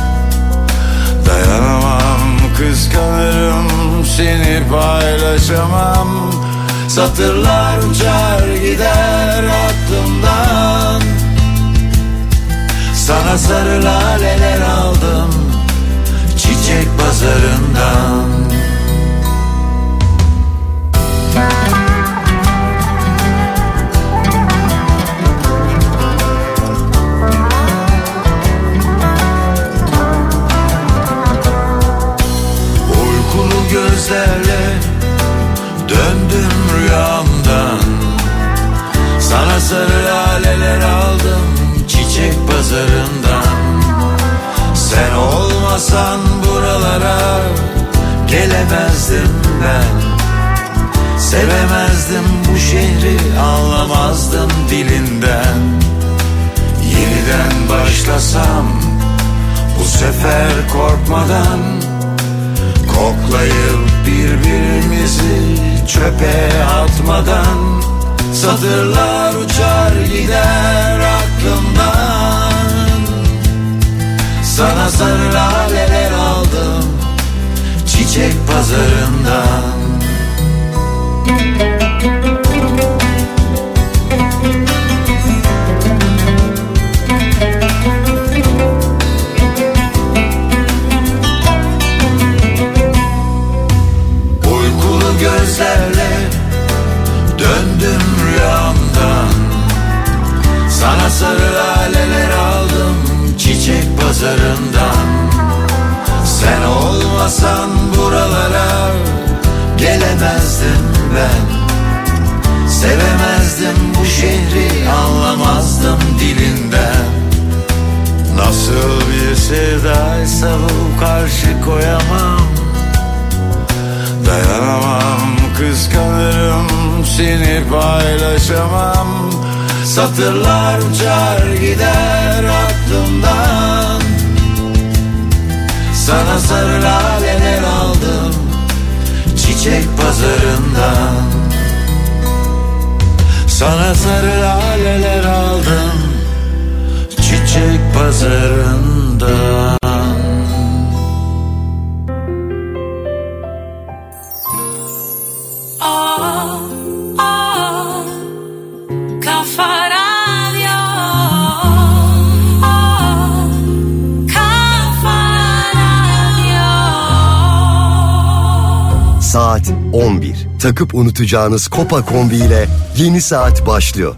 dayanamam, kıskanırım, seni paylaşamam. Satırlar uçar gider aklımdan. Sana sarı laleler aldım çiçek pazarından. Sana sarı laleler aldım çiçek pazarından. Sen olmasan buralara gelemezdim ben. Sevemezdim bu şehri, anlamazdım dilinden. Yeniden başlasam bu sefer korkmadan, koklayıp birbirimizi çöpe atmadan. Satırlar uçar gider aklımdan. Sana sarı laleler aldım çiçek pazarından. Uykulu gözlerle döndüm rüyamdan. Sana sarı laleler aldım çiçek pazarından. Sen olmasan buralara gelemezdim ben. Sevemezdim bu şehri, anlamazdım dilinden. Nasıl bir sevdaysa bu, karşı koyamam. Dayanamam, kıskanırım, seni paylaşamam. Satırlar uçar gider aklımdan. Sana sarı laleler aldım çiçek pazarından. Sana sarı laleler aldım çiçek pazarından.
Kafa Radyo.
Saat 11. Takıp unutacağınız Kopa Kombi ile yeni saat başlıyor.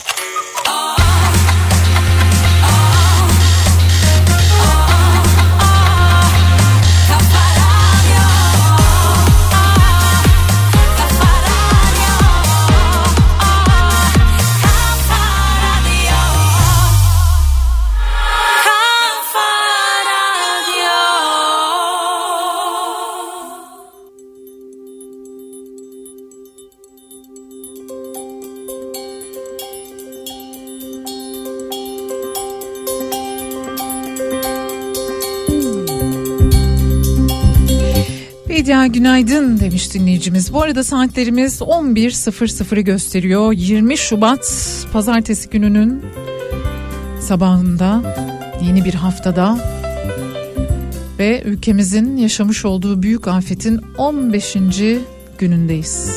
Bedia günaydın demiş dinleyicimiz. Bu arada saatlerimiz 11.00'ı gösteriyor. 20 Şubat Pazartesi gününün sabahında, yeni bir haftada ve ülkemizin yaşamış olduğu büyük afetin 15. günündeyiz.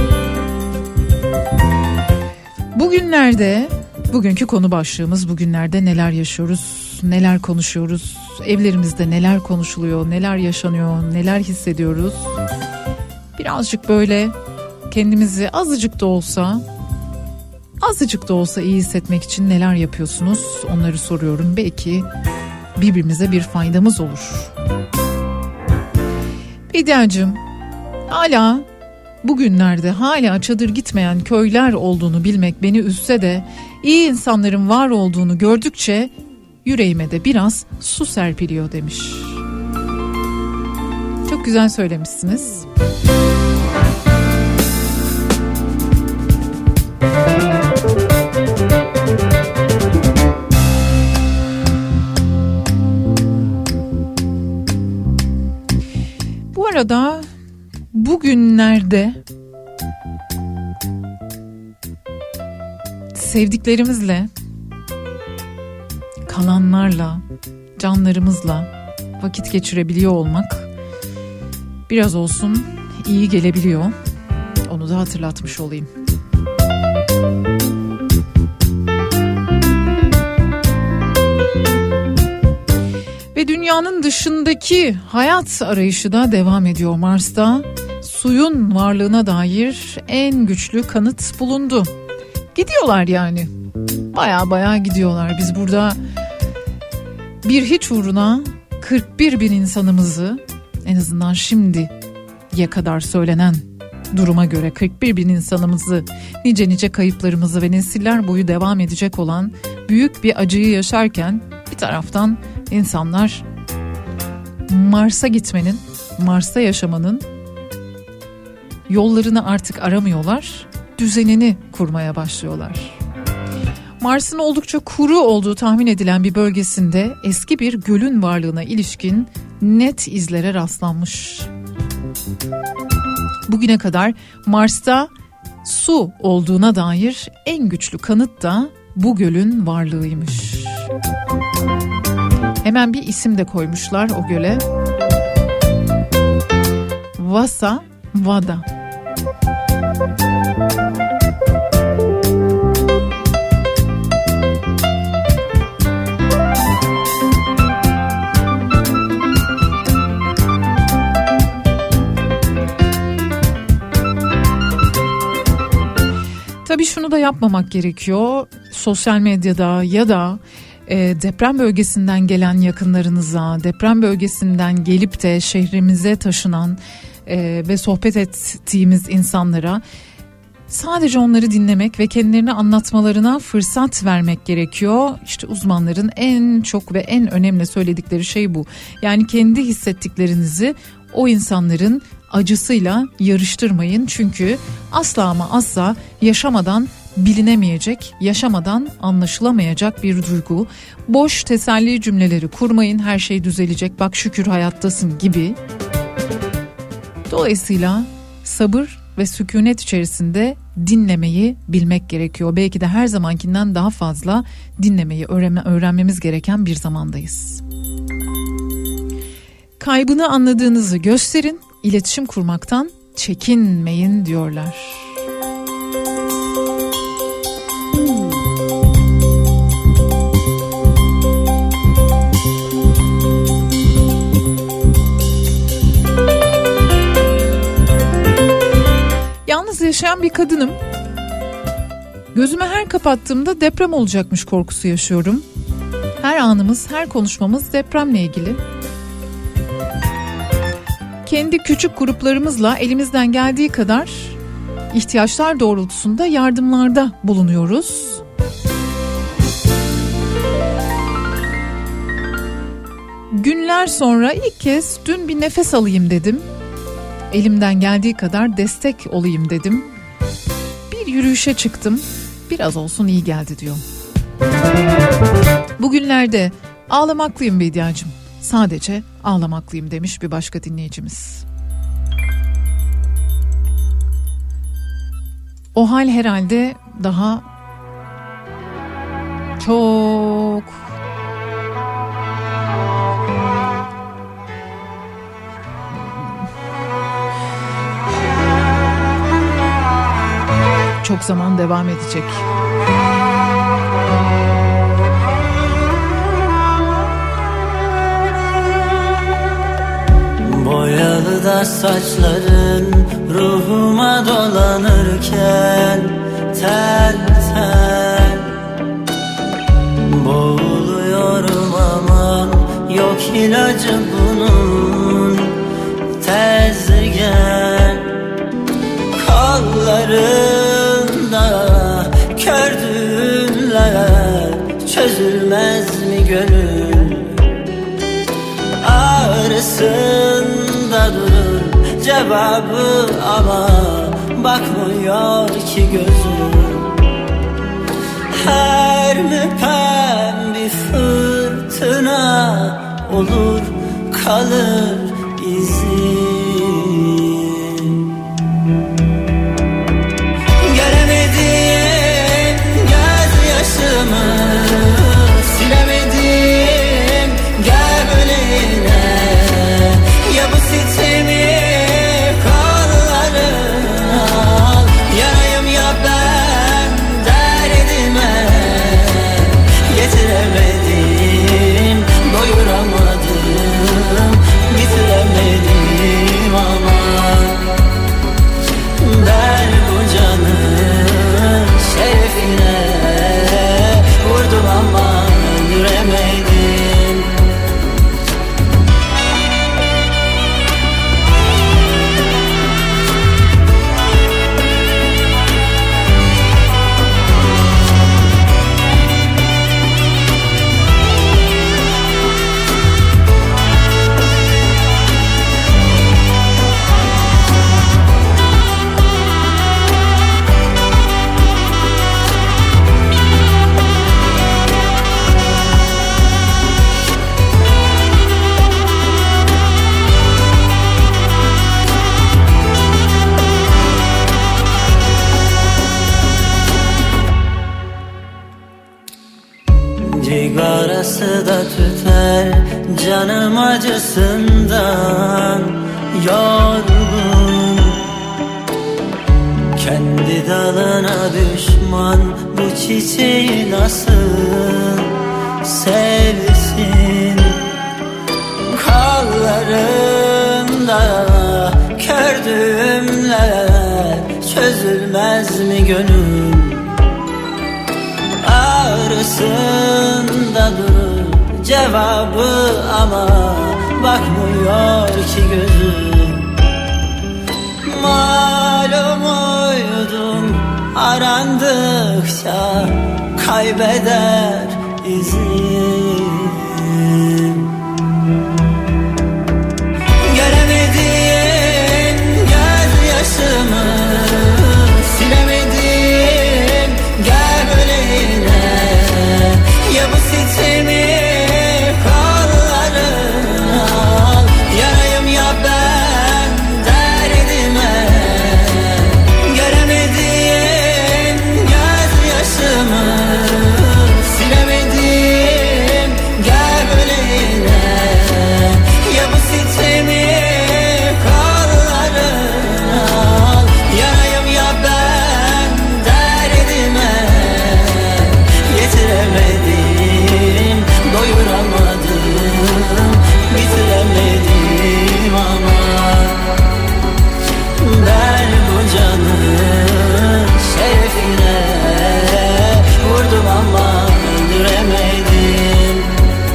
Bugünlerde, bugünkü konu başlığımız, bugünlerde neler yaşıyoruz, neler konuşuyoruz, evlerimizde neler konuşuluyor, neler yaşanıyor, neler hissediyoruz. Birazcık böyle kendimizi azıcık da olsa iyi hissetmek için neler yapıyorsunuz, onları soruyorum. Belki birbirimize bir faydamız olur. Bediacığım, hala bugünlerde hala çadır gitmeyen köyler olduğunu bilmek beni üzse de iyi insanların var olduğunu gördükçe yüreğime de biraz su serpiliyor demiş. Çok güzel söylemişsiniz. Bu arada bugünlerde sevdiklerimizle, kalanlarla, canlarımızla vakit geçirebiliyor olmak biraz olsun iyi gelebiliyor. Onu da hatırlatmış olayım. Ve dünyanın dışındaki hayat arayışı da devam ediyor Mars'ta. Suyun varlığına dair en güçlü kanıt bulundu. Gidiyorlar yani. Baya gidiyorlar. Biz burada bir hiç uğruna 41 bin insanımızı, en azından şimdiye kadar söylenen duruma göre 41 bin insanımızı, nice kayıplarımızı ve nesiller boyu devam edecek olan büyük bir acıyı yaşarken bir taraftan insanlar Mars'a gitmenin, Mars'ta yaşamanın yollarını artık aramıyorlar, düzenini kurmaya başlıyorlar. Mars'ın oldukça kuru olduğu tahmin edilen bir bölgesinde eski bir gölün varlığına ilişkin net izlere rastlanmış. Bugüne kadar Mars'ta su olduğuna dair en güçlü kanıt da bu gölün varlığıymış. Hemen bir isim de koymuşlar o göle. Vasa Vada. Tabii şunu da yapmamak gerekiyor. Sosyal medyada ya da deprem bölgesinden gelen yakınlarınıza, deprem bölgesinden gelip de şehrimize taşınan ve sohbet ettiğimiz insanlara sadece onları dinlemek ve kendilerini anlatmalarına fırsat vermek gerekiyor. İşte uzmanların en çok ve en önemli söyledikleri şey bu. Yani kendi hissettiklerinizi o insanların acısıyla yarıştırmayın. Çünkü asla ama asla yaşamadan bilinemeyecek, yaşamadan anlaşılamayacak bir duygu. Boş teselli cümleleri kurmayın, her şey düzelecek, bak şükür hayattasın gibi. Dolayısıyla sabır ve sükunet içerisinde dinlemeyi bilmek gerekiyor. Belki de her zamankinden daha fazla dinlemeyi öğrenmemiz gereken bir zamandayız. Kaybını anladığınızı gösterin, iletişim kurmaktan çekinmeyin diyorlar. Yalnız yaşayan bir kadınım. Gözümü her kapattığımda deprem olacakmış korkusu yaşıyorum. Her anımız, her konuşmamız depremle ilgili. Kendi küçük gruplarımızla elimizden geldiği kadar ihtiyaçlar doğrultusunda yardımlarda bulunuyoruz. Günler sonra ilk kez dün bir nefes alayım dedim. Elimden geldiği kadar destek olayım dedim. Bir yürüyüşe çıktım. Biraz olsun iyi geldi diyor. Bugünlerde ağlamaklıyım Bediacığım. Sadece ağlamaklıyım demiş bir başka dinleyicimiz. O hal herhalde daha çok zaman devam edecek.
Boyalı da saçların ruhuma dolanırken tel tel boğuluyorum aman yok ilacı bunun tez gel kollarında kördüğümler çözülmez mi gönül ağrısında durur cevabı ama bakmıyor ki gözüm her müpem bir fırtına olur kalır izi göremedim gözyaşımı silemedim gömleğine ya bu sitemi kollarına al yarayım ya ben derdime yetiremedim doyuramadım bitiremedim yarası da tüter canım acısından yorgun. Kendi dalına düşman bu çiçeği nasıl sevsin? Kollarımda kördüğümler çözülmez mi gönül? Ağrısında durur cevabı ama bakmıyor ki gözüm. Malum uydum arandıkça kaybeder izim. Göremediğim gözyaşımı silemedim gömleğine. Ya bu sitemi kollarına al, yarayım ya ben derdime. Göremediğim gözyaşımı silemedim gömleğine. Ya bu sitemi kollarına al, yarayım ya ben derdime. Yetiremedim, doyuramadım, bitiremedim ama ben bu canın şerefine vurdum ama öldüremedim.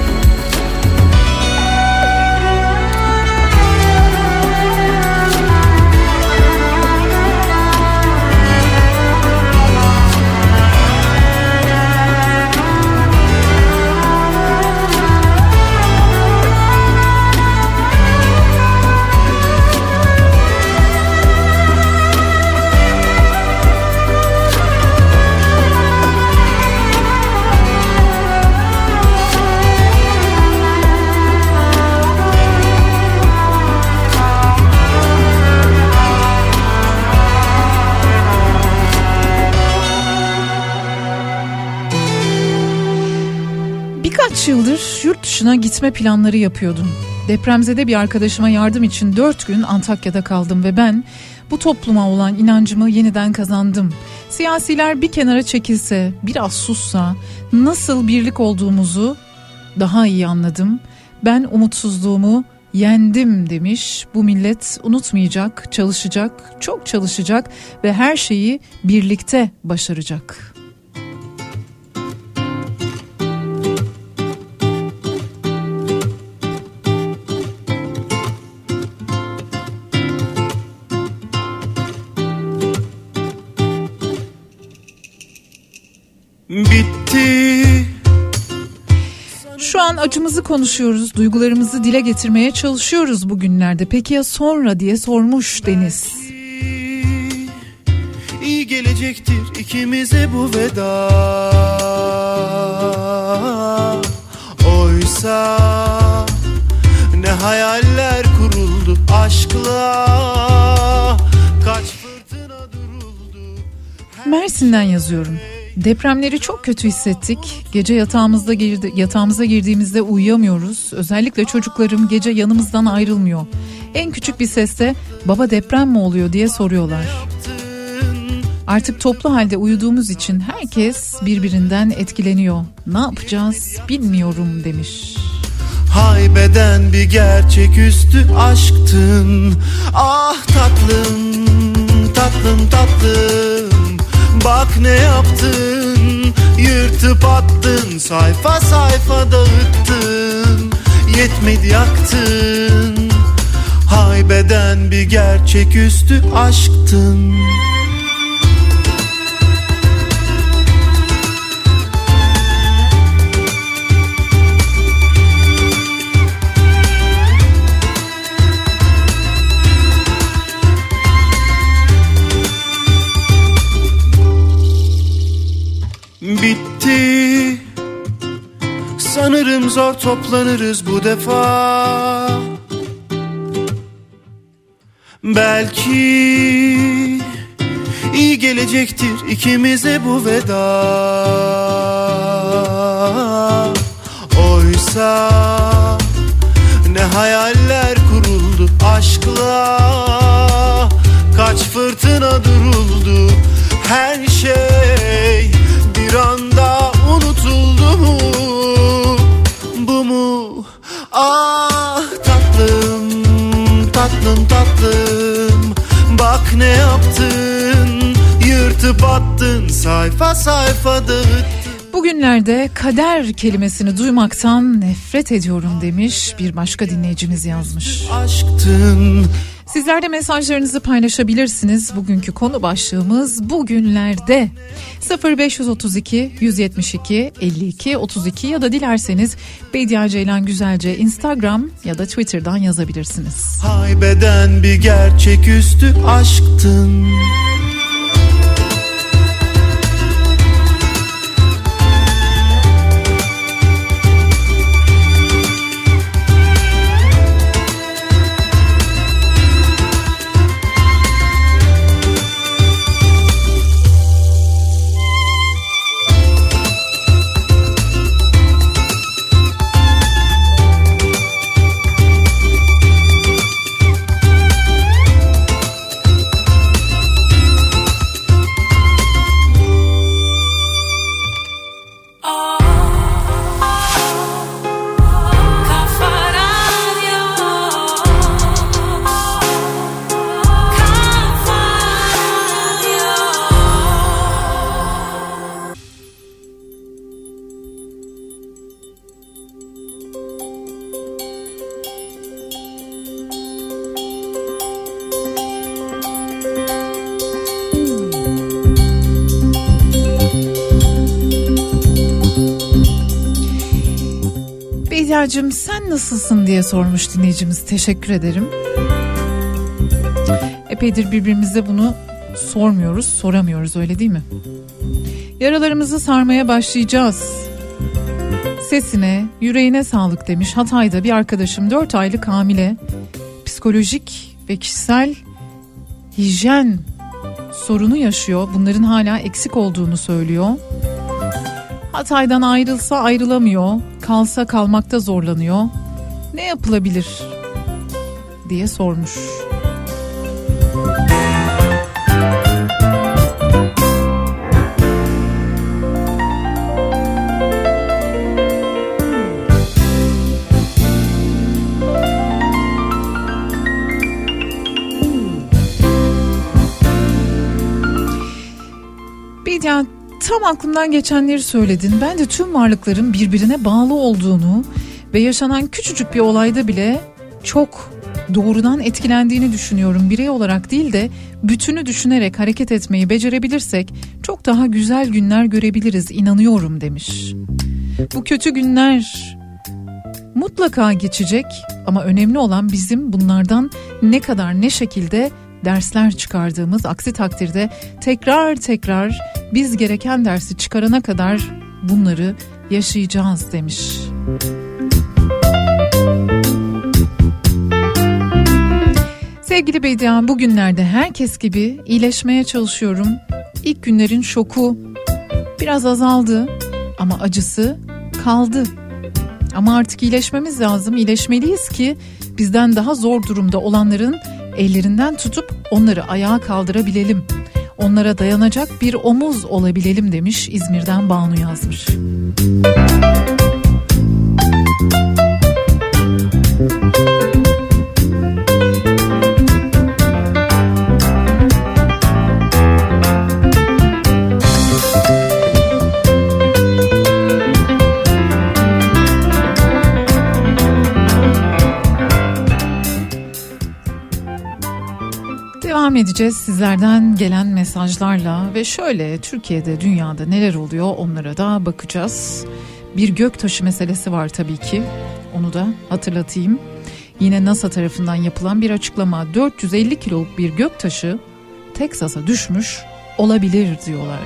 Birkaç yıldır yurt dışına gitme planları yapıyordum. Depremzede bir arkadaşıma yardım için 4 gün Antakya'da kaldım ve ben bu topluma olan inancımı yeniden kazandım. Siyasiler bir kenara çekilse, biraz sussa nasıl birlik olduğumuzu daha iyi anladım. Ben umutsuzluğumu yendim demiş. Bu millet unutmayacak, çalışacak, çok çalışacak ve her şeyi birlikte başaracak.
Bitti.
Şu an acımızı konuşuyoruz, duygularımızı dile getirmeye çalışıyoruz bugünlerde. Peki ya sonra diye sormuş Deniz.
İyi gelecektir ikimize bu veda. Oysa ne hayaller kuruldu aşkla. Kaç fırtına duruldu.
Mersin'den yazıyorum. Depremleri çok kötü hissettik. Gece yatağımıza girdiğimizde uyuyamıyoruz. Özellikle çocuklarım gece yanımızdan ayrılmıyor. En küçük bir sesle baba deprem mi oluyor diye soruyorlar. Artık toplu halde uyuduğumuz için herkes birbirinden etkileniyor. Ne yapacağız bilmiyorum demiş.
Haybeden bir gerçeküstü aşktın. Ah tatlım, tatlım, tatlım. Bak ne yaptın, yırtıp attın, sayfa sayfa dağıttın, yetmedi yaktın. Haybeden bir gerçeküstü aşktın. Bitti. Sanırım zor toplanırız bu defa. Belki iyi gelecektir ikimize bu veda.
olsa, ne hayaller kuruldu aşkla, kaç fırtına duruldu, her şey bir anda unutuldu mu? Bu mu? Ah tatlım, tatlım tatlım, bak ne yaptın, yırtıp attın, sayfa sayfa dağıttın.
Bugünlerde kader kelimesini duymaktan nefret ediyorum demiş bir başka dinleyicimiz yazmış.
Aşktın.
Sizler de mesajlarınızı paylaşabilirsiniz. Bugünkü konu başlığımız bugünlerde. 0532 172 52 32 ya da dilerseniz Bediye Ceylan Güzelce Instagram ya da Twitter'dan yazabilirsiniz.
Haybeden bir gerçeküstü aşktın.
Bediacığım sen nasılsın diye sormuş dinleyicimiz. Teşekkür ederim. Epeydir birbirimize bunu sormuyoruz, soramıyoruz, öyle değil mi? Yaralarımızı sarmaya başlayacağız. Sesine, yüreğine sağlık demiş. Hatay'da bir arkadaşım 4 aylık hamile. Psikolojik ve kişisel hijyen sorunu yaşıyor. Bunların hala eksik olduğunu söylüyor. Hatay'dan ayrılsa ayrılamıyor, kalsa kalmakta zorlanıyor. Ne yapılabilir diye sormuş. Bediye, tam aklımdan geçenleri söyledin. Ben de tüm varlıkların birbirine bağlı olduğunu ve yaşanan küçücük bir olayda bile çok doğrudan etkilendiğini düşünüyorum. Birey olarak değil de bütünü düşünerek hareket etmeyi becerebilirsek çok daha güzel günler görebiliriz, inanıyorum demiş. Bu kötü günler mutlaka geçecek ama önemli olan bizim bunlardan ne kadar, ne şekilde dersler çıkardığımız. Aksi takdirde tekrar biz gereken dersi çıkarana kadar bunları yaşayacağız demiş. Sevgili Bediye, bugünlerde herkes gibi iyileşmeye çalışıyorum. İlk günlerin şoku biraz azaldı ama acısı kaldı. Ama artık iyileşmemiz lazım, iyileşmeliyiz ki bizden daha zor durumda olanların ellerinden tutup onları ayağa kaldırabilelim. Onlara dayanacak bir omuz olabilelim demiş. İzmir'den Banu yazmış. Devam edeceğiz sizlerden gelen mesajlarla ve şöyle Türkiye'de, dünyada neler oluyor onlara da bakacağız. Bir göktaşı meselesi var tabii ki, onu da hatırlatayım. Yine NASA tarafından yapılan bir açıklama, 450 kiloluk bir göktaşı Teksas'a düşmüş olabilir diyorlar.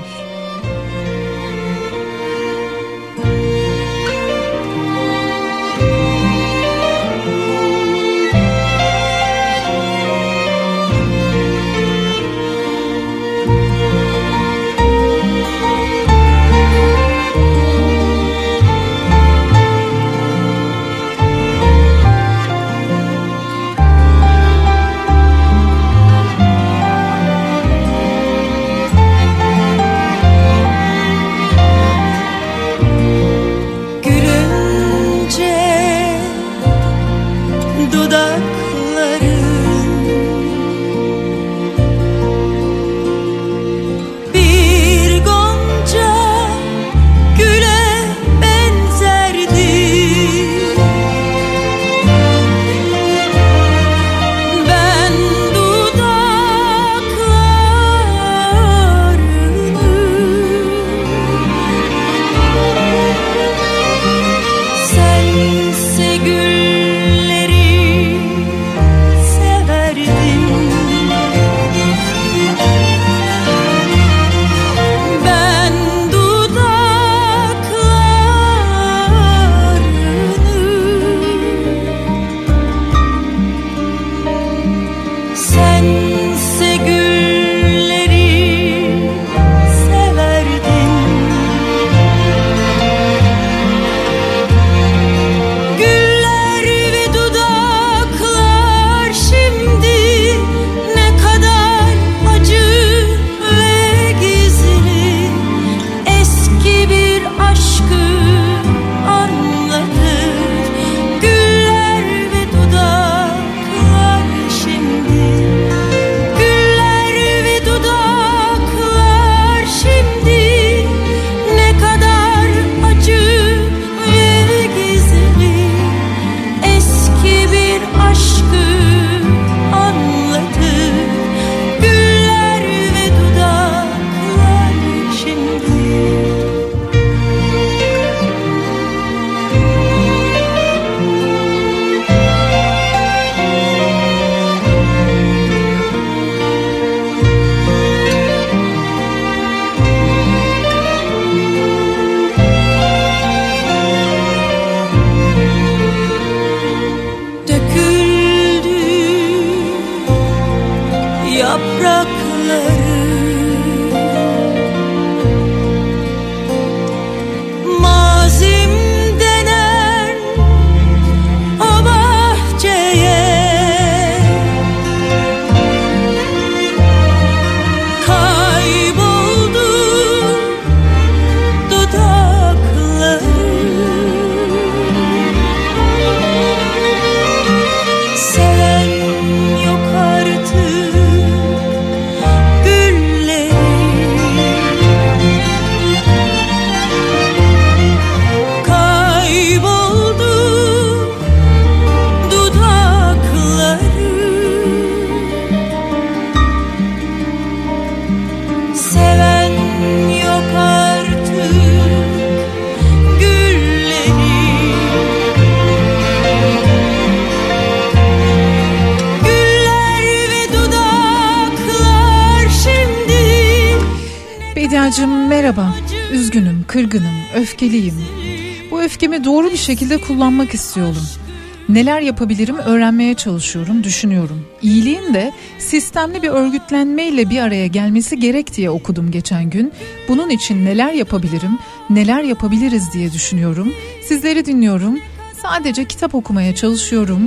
Bediacığım merhaba. Üzgünüm, kırgınım, öfkeliyim. Bu öfkemi doğru bir şekilde kullanmak istiyorum. Neler yapabilirim öğrenmeye çalışıyorum, düşünüyorum. İyiliğin de sistemli bir örgütlenmeyle bir araya gelmesi gerek diye okudum geçen gün. Bunun için neler yapabilirim, neler yapabiliriz diye düşünüyorum. Sizleri dinliyorum. Sadece kitap okumaya çalışıyorum.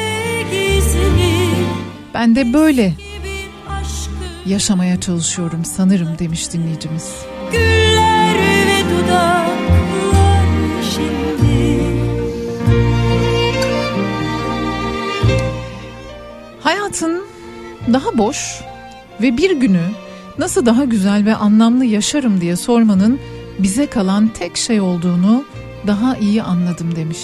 Ben de böyle yaşamaya çalışıyorum sanırım demiş dinleyicimiz.
Güller ve dudaklar şimdi.
Hayatın daha boş ve bir günü nasıl daha güzel ve anlamlı yaşarım diye sormanın bize kalan tek şey olduğunu daha iyi anladım demiş.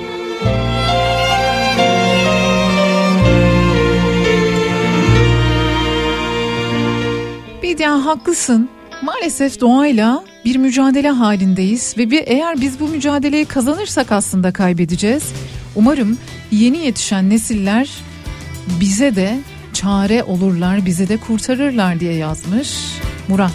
Bediye haklısın. Maalesef doğayla bir mücadele halindeyiz ve eğer biz bu mücadeleyi kazanırsak aslında kaybedeceğiz. Umarım yeni yetişen nesiller bize de çare olurlar, bizi de kurtarırlar diye yazmış Murat.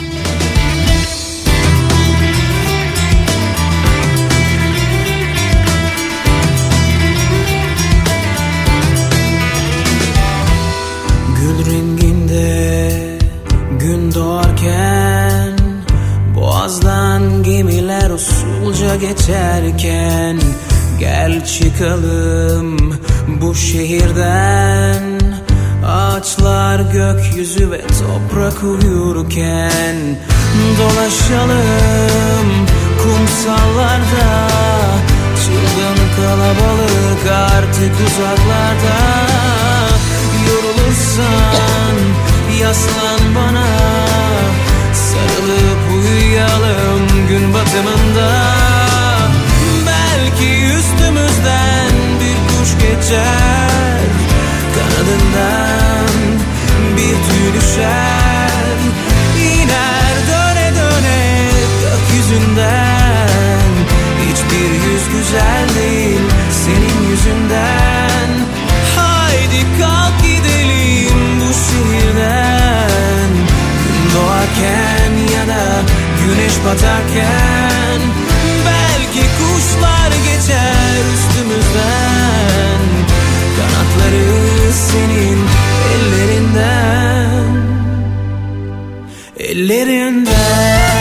Gül renginde gün doğarken, boğazdan gemiler usulca geçerken, gel çıkalım bu şehirden. Ağaçlar gökyüzü ve toprak uyurken, dolaşalım kumsallarda. Çılgın kalabalık artık uzaklarda. Yorulursan yaslan bana, sarılıp uyuyalım gün batımında. Belki üstümüzden bir kuş geçer, kanadından bir tüy düşer. İner döne döne gökyüzünden. Hiçbir yüz güzel değil senin yüzünden. Haydi kalk gidelim bu şehirden. Gün doğarken ya da güneş batarken, belki kuşlar geçer üstümüzden. Kanatları senin ellerinden, ellerinden.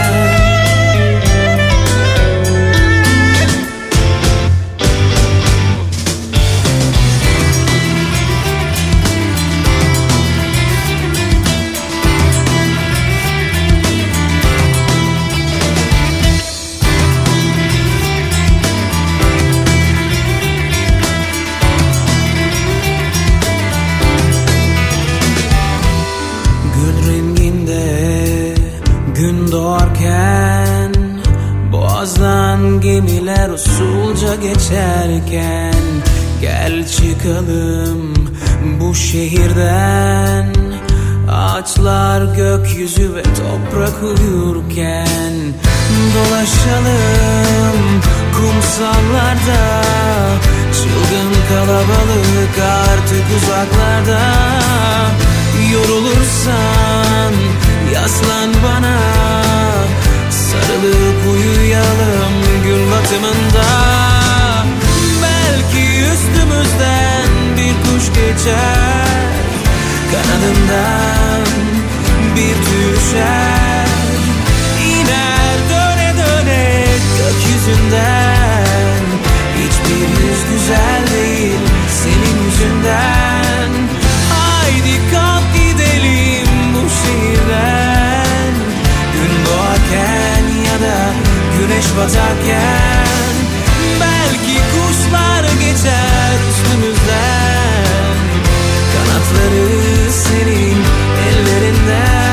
Doğarken, boğazdan gemiler usulca geçerken, gel çıkalım bu şehirden. Ağaçlar gökyüzü ve toprak uyurken, dolaşalım kumsallarda. Çılgın kalabalık artık uzaklarda. Yorulursan yaslan bana, sarılıp uyuyalım gün batımında. Belki üstümüzden bir kuş geçer, kanadından bir tüy düşer. İner döne döne gökyüzünden. Hiçbir yüz güzel değil senin yüzünden. Haydi kalk gidelim bu şehirden. Gün doğarken ya da güneş batarken, belki kuşlar geçer üstümüzden. Kanatları senin ellerinden.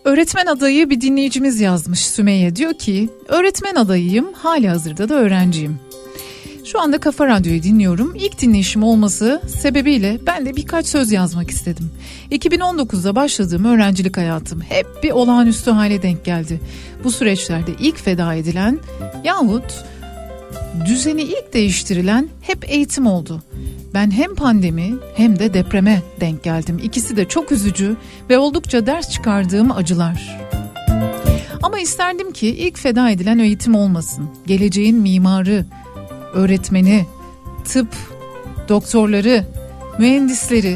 Öğretmen adayı bir dinleyicimiz yazmış, Sümeyye. Diyor ki öğretmen adayıyım, halihazırda da öğrenciyim. Şu anda Kafa Radyo'yu dinliyorum. İlk dinleyişim olması sebebiyle ben de birkaç söz yazmak istedim. 2019'da başladığım öğrencilik hayatım hep bir olağanüstü hale denk geldi. Bu süreçlerde ilk feda edilen yahut düzeni ilk değiştirilen hep eğitim oldu. Ben hem pandemi hem de depreme denk geldim. İkisi de çok üzücü ve oldukça ders çıkardığım acılar. Ama isterdim ki ilk feda edilen eğitim olmasın. Geleceğin mimarı, öğretmeni, tıp, doktorları, mühendisleri,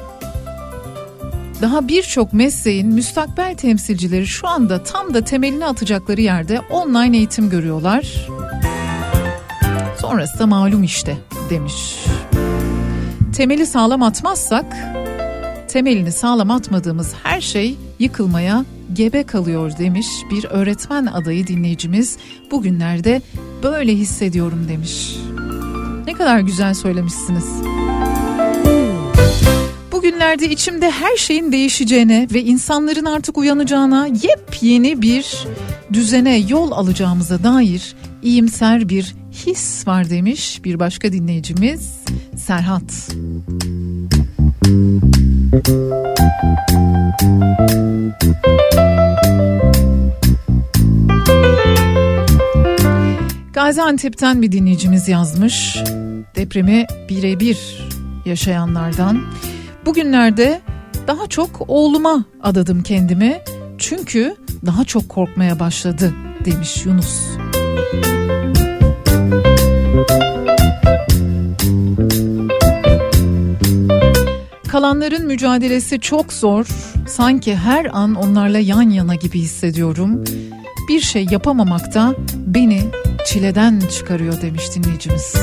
daha birçok mesleğin müstakbel temsilcileri şu anda tam da temelini atacakları yerde online eğitim görüyorlar. Sonrası da malum işte demiş. Temeli sağlam atmazsak, temelini sağlam atmadığımız her şey yıkılmaya gebe kalıyor demiş bir öğretmen adayı dinleyicimiz. Bugünlerde böyle hissediyorum demiş. Ne kadar güzel söylemişsiniz. Bugünlerde içimde her şeyin değişeceğine ve insanların artık uyanacağına, yepyeni bir düzene yol alacağımıza dair iyimser bir his var demiş bir başka dinleyicimiz Serhat. Gaziantep'ten bir dinleyicimiz yazmış. Depremi birebir yaşayanlardan. Bugünlerde daha çok oğluma adadım kendimi. Çünkü daha çok korkmaya başladı demiş Yunus. Kalanların mücadelesi çok zor. Sanki her an onlarla yan yana gibi hissediyorum. Bir şey yapamamak da beni çileden çıkarıyor demiş dinleyicimiz.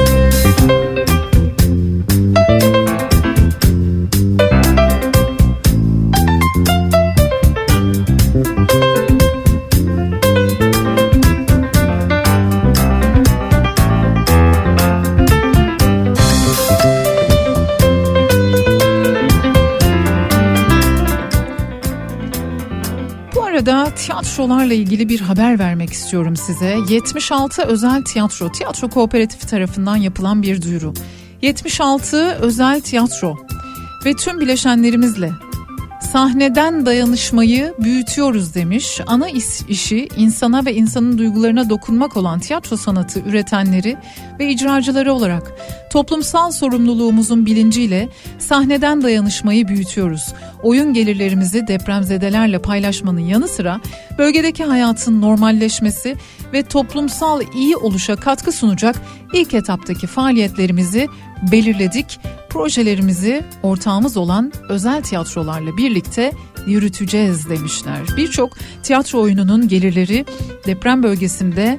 Tiyatrolarla ilgili bir haber vermek istiyorum size. 76 özel tiyatro kooperatifi tarafından yapılan bir duyuru. 76 özel tiyatro ve tüm bileşenlerimizle sahneden dayanışmayı büyütüyoruz demiş. Ana işi insana ve insanın duygularına dokunmak olan tiyatro sanatı üretenleri ve icracıları olarak toplumsal sorumluluğumuzun bilinciyle sahneden dayanışmayı büyütüyoruz. Oyun gelirlerimizi depremzedelerle paylaşmanın yanı sıra bölgedeki hayatın normalleşmesi ve toplumsal iyi oluşa katkı sunacak ilk etaptaki faaliyetlerimizi belirledik. Projelerimizi ortağımız olan özel tiyatrolarla birlikte yürüteceğiz demişler. Birçok tiyatro oyununun gelirleri deprem bölgesinde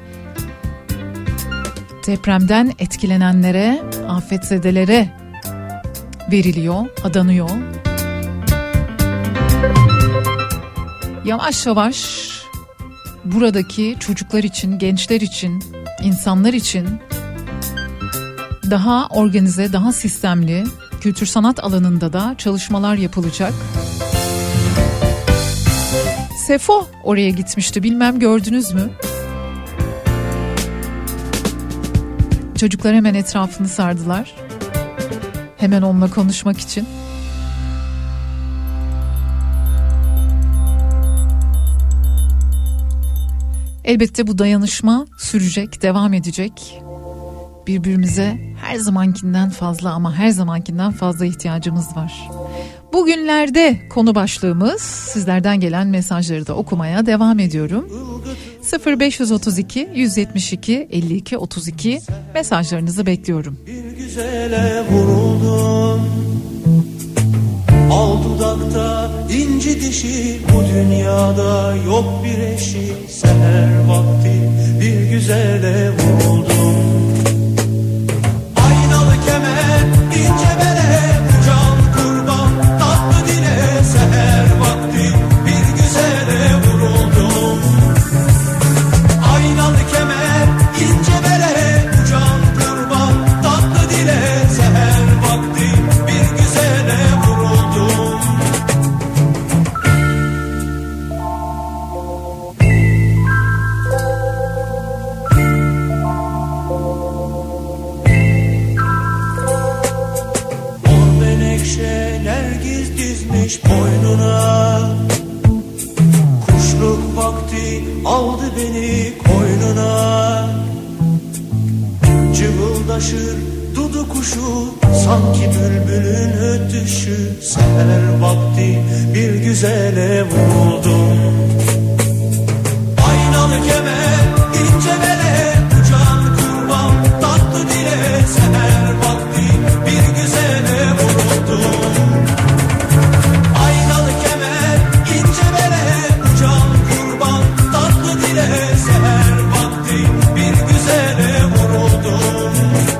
depremden etkilenenlere, afetzedelere veriliyor, adanıyor. Yavaş yavaş buradaki çocuklar için, gençler için, insanlar için daha organize, daha sistemli kültür sanat alanında da çalışmalar yapılacak. Sefo oraya gitmişti, bilmem gördünüz mü? Çocuklar hemen etrafını sardılar. Hemen onunla konuşmak için. Elbette bu dayanışma sürecek, devam edecek. Birbirimize her zamankinden fazla ama her zamankinden fazla ihtiyacımız var. Bugünlerde konu başlığımız, sizlerden gelen mesajları da okumaya devam ediyorum. 0532 172 52 32 mesajlarınızı bekliyorum.
Bir güzele vuruldum, al dudakta inci dişi, bu dünyada yok bir eşi. Seher vakti bir güzele vuruldum, aynalı kemer ince bere, can kurban tatlı dile. Seher vakti bir güzele vuruldum, aynalı kemer ince bere, can kurban tatlı dile. Seher vakti bir güzele vuruldum. giymiş boynuna. Kuşluk vakti aldı beni koynuna. Cıvıldaşır dudu kuşu sanki bülbülün ötüşü. Seher vakti bir güzele vuruldum. Aynalı kemer ince bele uçan kurban tatlı dile. Seher vakti bir güzele vuruldum. Aynalı kemer ince bele uçan kurban tatlı dile. Seher vakti bir güzele vuruldum.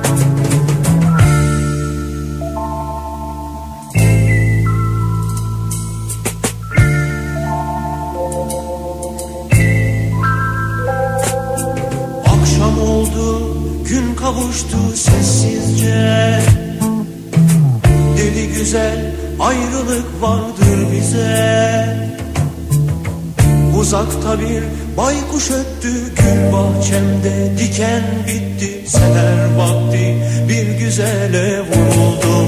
Akşam oldu, gün kavuştu sessizce. Deli güzel ayrılık vardır bize. Uzakta bir baykuş öttü, gül bahçemde diken bitti. Seher vakti bir güzele vuruldum.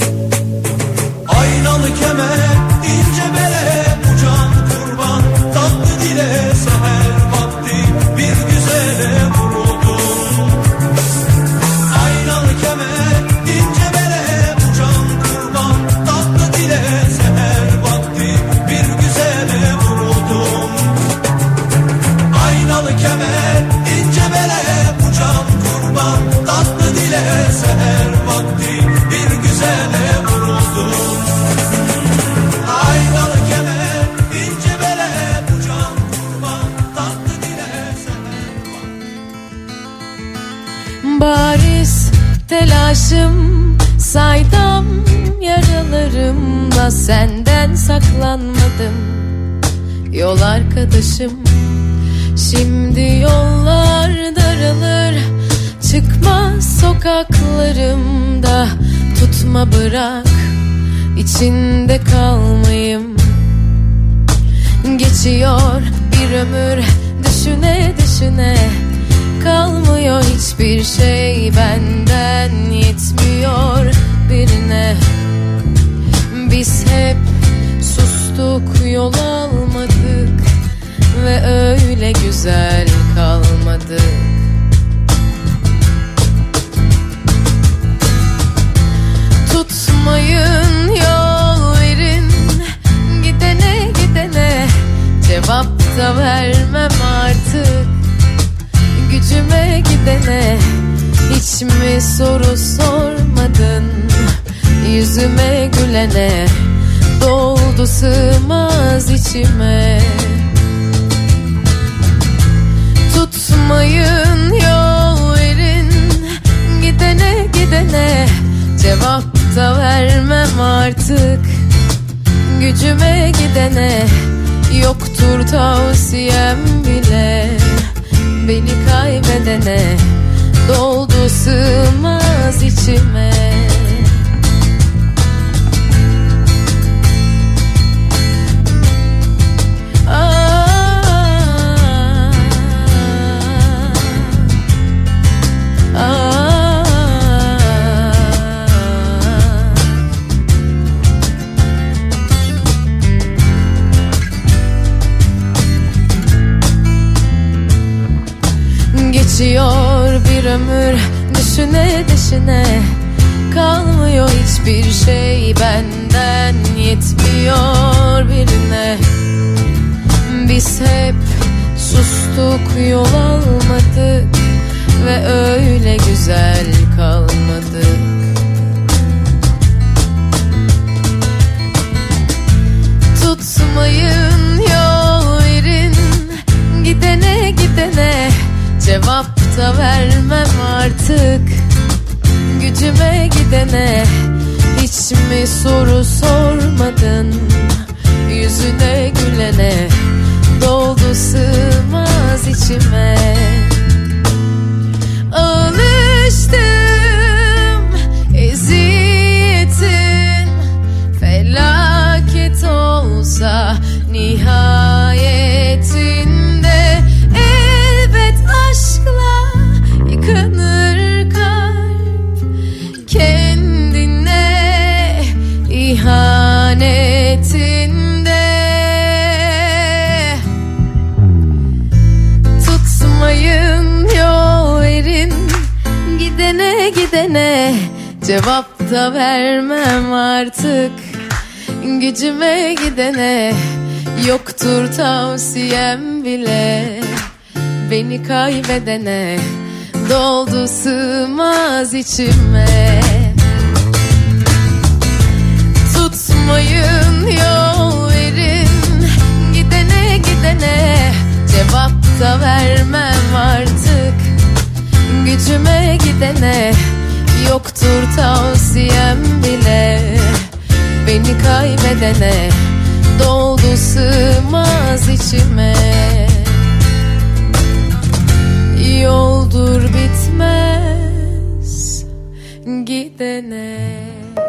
Aynalı kemer ince bele uçan kurban tatlı dile. Seher vakti bir güzele vuruldum. Aynalı kemer ince bele uçan kurban tatlı dile. Seher vakti bir güzele vuruldum. Aynalı kemer ince bele uçan kurban tatlı dile. Seher vakti bir güzele vuruldum. Aynalı kemer ince bele uçan kurban tatlı dile. Seher vakti.
Bariz telaşım saydam yaralarımla senden saklanmadım. Yol arkadaşım şimdi yollar daralır. Çıkma sokaklarımda tutma bırak içinde kalmayayım. Geçiyor bir ömür düşüne düşüne. Kalmıyor hiçbir şey benden yetmiyor birine. Biz hep sustuk yol almadık ve öyle güzel kalmadık. Tutmayın yol verin gidene gidene. Cevap da vermem artık gücüme gidene. Hiç mi soru sormadın yüzüme gülene. Doldu sığmaz içime. Tutmayın yol verin gidene gidene. Cevap da vermem artık gücüme gidene. Yoktur tavsiyem bile beni kaybedene. Doldu sığmaz içime. Geçiyor bir ömür düşüne düşüne. Kalmıyor hiçbir şey benden yetmiyor birine. Biz hep sustuk yol almadık ve öyle güzel kalmadık. Tutmayın yol verin gidene gidene. Cevap da vermem artık gücüme gidene. Hiç mi soru sormadın yüzüne gülene. Doldu sığmaz içime. Alıştım eziyetin felaket olsa nihayetinde. Elbet aşkla yıkanır kalp, kendine ihanet Cevap da vermem artık. Gücüme gidene yoktur tavsiyem bile. Beni kaybedene doldu sığmaz içime. Tutmayın yol verin gidene gidene. Cevap da vermem artık. Gücüme gidene yoktur tavsiyem bile. Beni kaybedene doldu sığmaz içime. Yoldur bitmez gidene.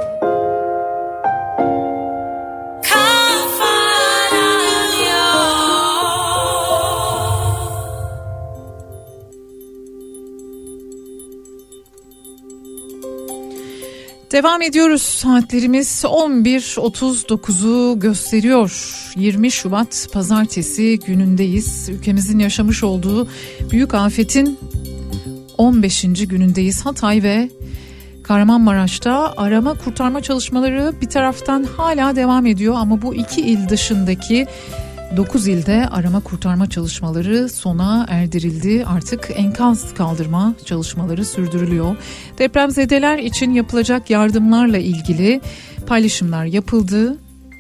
Devam ediyoruz. Saatlerimiz 11.39'u gösteriyor. 20 Şubat Pazartesi günündeyiz. Ülkemizin yaşamış olduğu büyük afetin 15. günündeyiz. Hatay ve Kahramanmaraş'ta arama kurtarma çalışmaları bir taraftan hala devam ediyor ama bu iki il dışındaki 9 ilde arama kurtarma çalışmaları sona erdirildi. Artık enkaz kaldırma çalışmaları sürdürülüyor. Depremzedeler için yapılacak yardımlarla ilgili paylaşımlar yapıldı.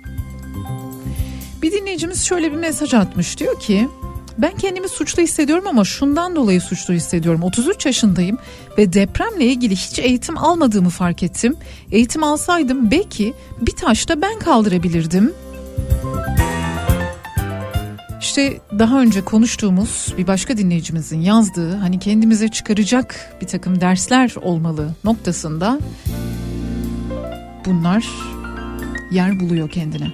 Bir dinleyicimiz şöyle bir mesaj atmış. Diyor ki, ben kendimi suçlu hissediyorum ama şundan dolayı suçlu hissediyorum. 33 yaşındayım ve depremle ilgili hiç eğitim almadığımı fark ettim. Eğitim alsaydım belki bir taş da ben kaldırabilirdim. İşte daha önce konuştuğumuz bir başka dinleyicimizin yazdığı, hani kendimize çıkaracak bir takım dersler olmalı noktasında bunlar yer buluyor kendine.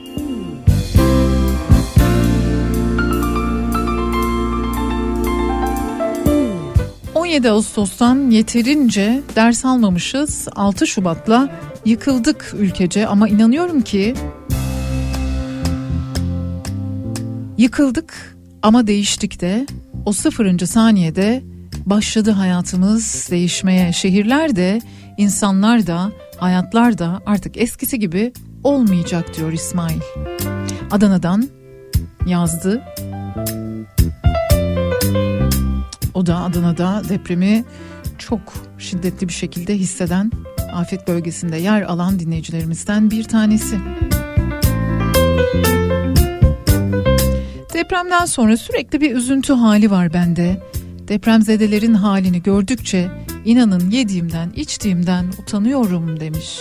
...17 Ağustos'tan yeterince ders almamışız. 6 Şubat'la yıkıldık ülkece ama inanıyorum ki yıkıldık ama değiştik de. O 0. saniyede başladı hayatımız değişmeye. Şehirler de, insanlar da, hayatlar da artık eskisi gibi olmayacak diyor İsmail. Adana'dan yazdı. O da Adana'da depremi çok şiddetli bir şekilde hisseden, afet bölgesinde yer alan dinleyicilerimizden bir tanesi. Depremden sonra sürekli bir üzüntü hali var bende. Depremzedelerin halini gördükçe inanın yediğimden, içtiğimden utanıyorum demiş.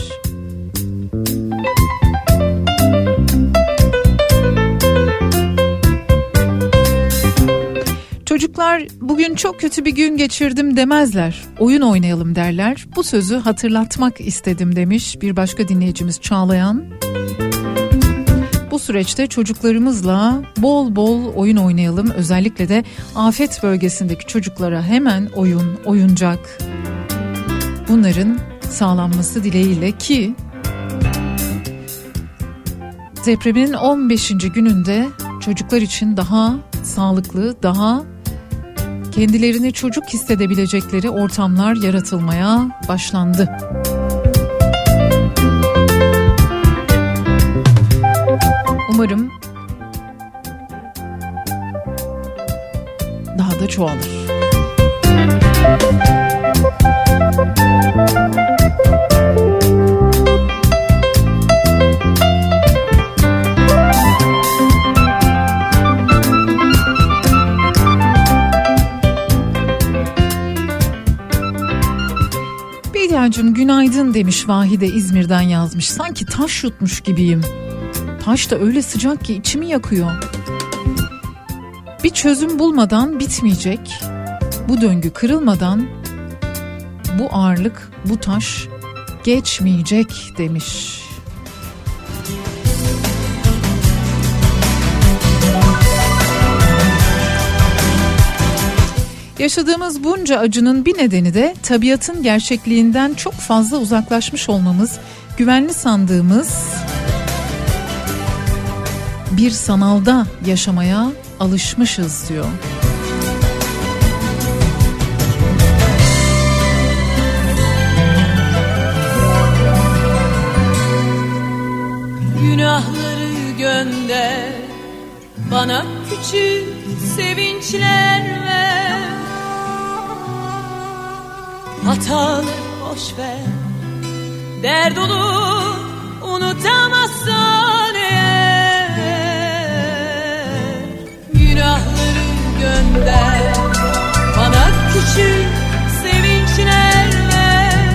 Çocuklar bugün çok kötü bir gün geçirdim demezler. Oyun oynayalım derler. Bu sözü hatırlatmak istedim demiş bir başka dinleyicimiz Çağlayan. Bu süreçte çocuklarımızla bol bol oyun oynayalım. Özellikle de afet bölgesindeki çocuklara hemen oyuncak. Bunların sağlanması dileğiyle ki depremin 15. gününde çocuklar için daha sağlıklı, daha kendilerini çocuk hissedebilecekleri ortamlar yaratılmaya başlandı. Umarım daha da çoğalır. Bediacığım günaydın demiş, Vahide İzmir'den yazmış. Sanki taş yutmuş gibiyim. Taş da öyle sıcak ki içimi yakıyor. Bir çözüm bulmadan bitmeyecek. Bu döngü kırılmadan bu ağırlık, bu taş geçmeyecek demiş. Yaşadığımız bunca acının bir nedeni de tabiatın gerçekliğinden çok fazla uzaklaşmış olmamız, güvenli sandığımız bir sanalda yaşamaya alışmışız diyor.
Bana küçük sevinçler ver, hataları boş ver. Dert olur unutamazsan eğer, günahları gönder. Bana küçük sevinçler ver,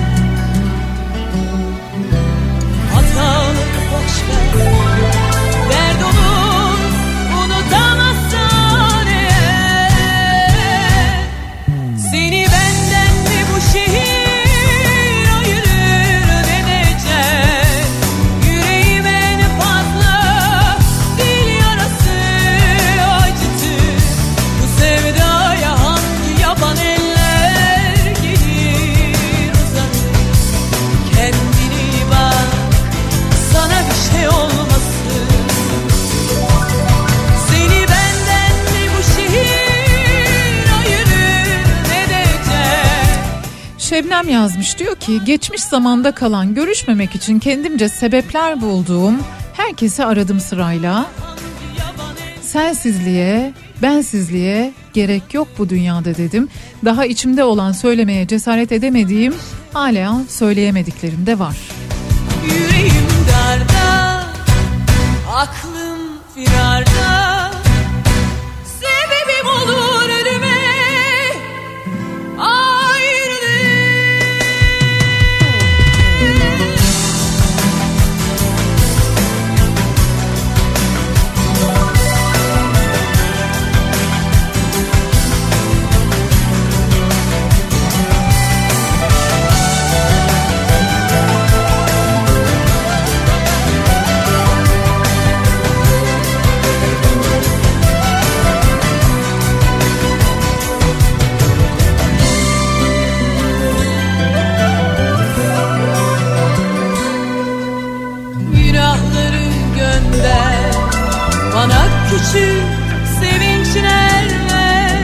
hataları boş ver. Dert olur unutamazsan eğer, seni benden mi bu şehir ayırır ne diyecek? Yüreğim en fazla dil yarası acıtır. Bu sevdaya hangi yaban eller gelir uzanır? Kendine iyi bak, sana bir şey olmasın. Seni benden mi bu şehir ayırır ne diyecek?
Şebnem yazmış, diyor ki geçmiş zamanda kalan, görüşmemek için kendimce sebepler bulduğum herkesi aradım sırayla. Sensizliğe, bensizliğe gerek yok bu dünyada dedim. Daha içimde olan, söylemeye cesaret edemediğim, hala söyleyemediklerim de var.
Yüreğim darda, aklım firarda, sebebim olur ölüme ayrılık. Günahları gönder, bana küçük sevinçler ver,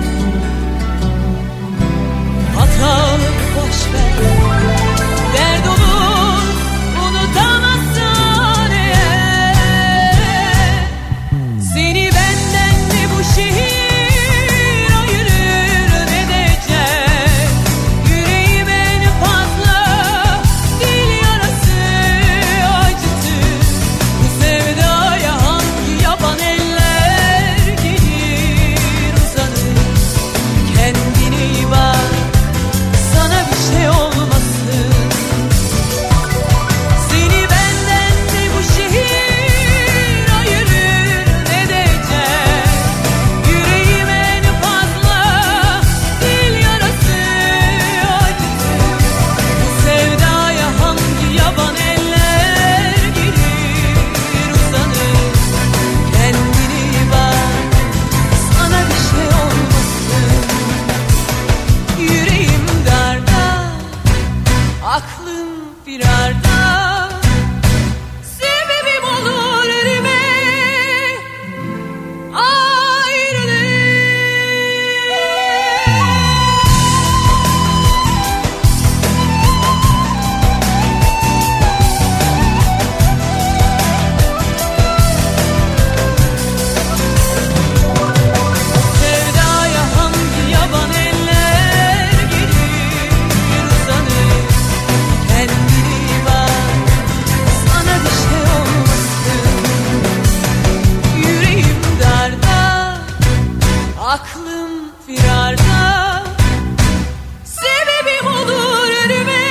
hataları boş ver. Dert olur unutamazsan eğer, seni benden mi bu şehir ayırır ne diyecek? Yüreğim en fazla dil yarası acıtır. Bu sevdaya hangi yaban eller gelir uzanır? Kendine iyi bak, sana bir şey olmasın. Seni benden mi bu şehir ayırır ne diyecek? Yüreğim en fazla dil yarası acıtır. Bu sevdaya hangi yaban eller gelir uzanır? Kendine iyi bak, sana bir şey olmasın. Yüreğim darda, aklım firarda, sebebim olur ölüme ayrılık. Sevdaya hangi yaban eller gelir uzanır? Kendine iyi bak, sana bir şey olmasın. Yüreğim darda, aklım firarda, sebebim olur ölüme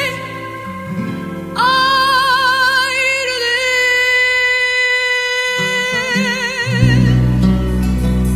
ayrılık.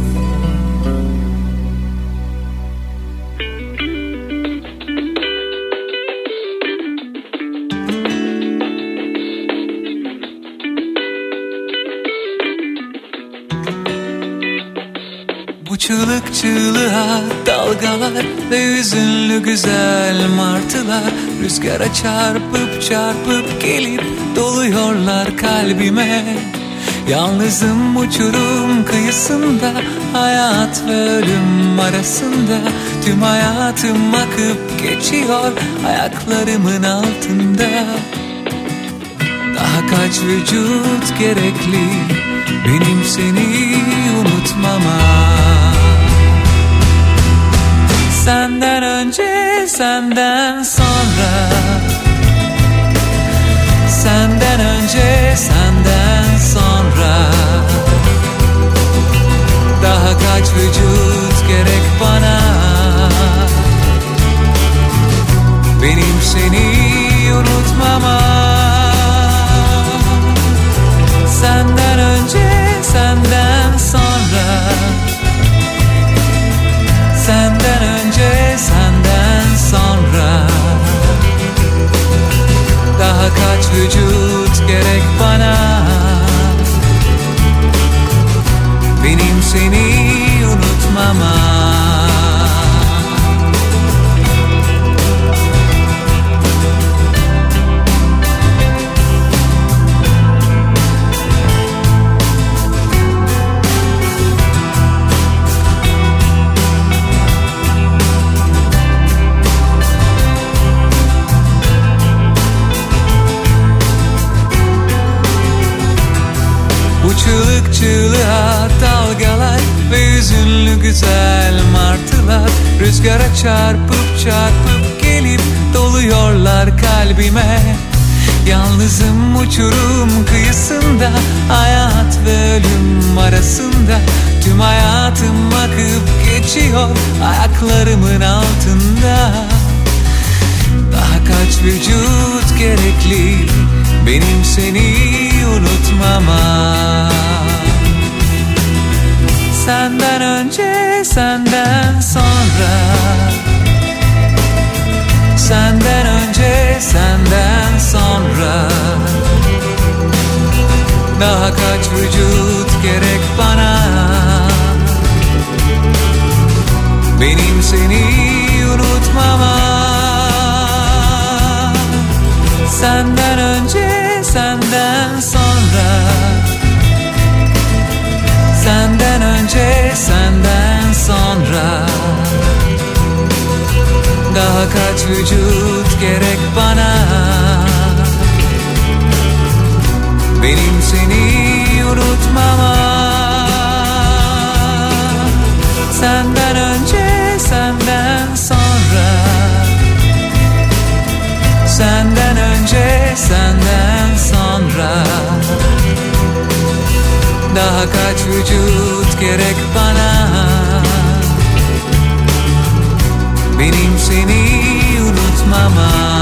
Bu çığlık çığlığa dalgalar ve hüzünlü güzel martılar rüzgara çarpıp çarpıp gelip doluyorlar kalbime. Yalnızım uçurum kıyısında, hayat ve ölüm arasında. Tüm hayatım akıp geçiyor ayaklarımın altında. Daha kaç vücut gerekli benim seni unutmama. Senden önce, senden sonra, senden önce, senden sonra, daha kaç vücut gerek bana, benim seni unutmama. Senden önce, senden sonra, senden önce, senden sonra, daha kaç vücut gerek bana, benim seni unutmama. Çığlık çığlığa dalgalar ve hüzünlü güzel martılar rüzgara çarpıp çarpıp gelip doluyorlar kalbime. Yalnızım uçurum kıyısında, hayat ve ölüm arasında, tüm hayatım akıp geçiyor ayaklarımın altında. Daha kaç vücut gerekli benim seni unutmama. Senden önce, senden sonra, senden önce, senden sonra, daha kaç vücut gerek bana, benim seni unutmama. Senden önce, senden sonra, senden önce, senden sonra, daha kaç vücut gerek bana, benim seni unutmama. Senden önce, senden sonra, senden önce, senden sonra, daha kaç vücut gerek bana, benim seni unutmama.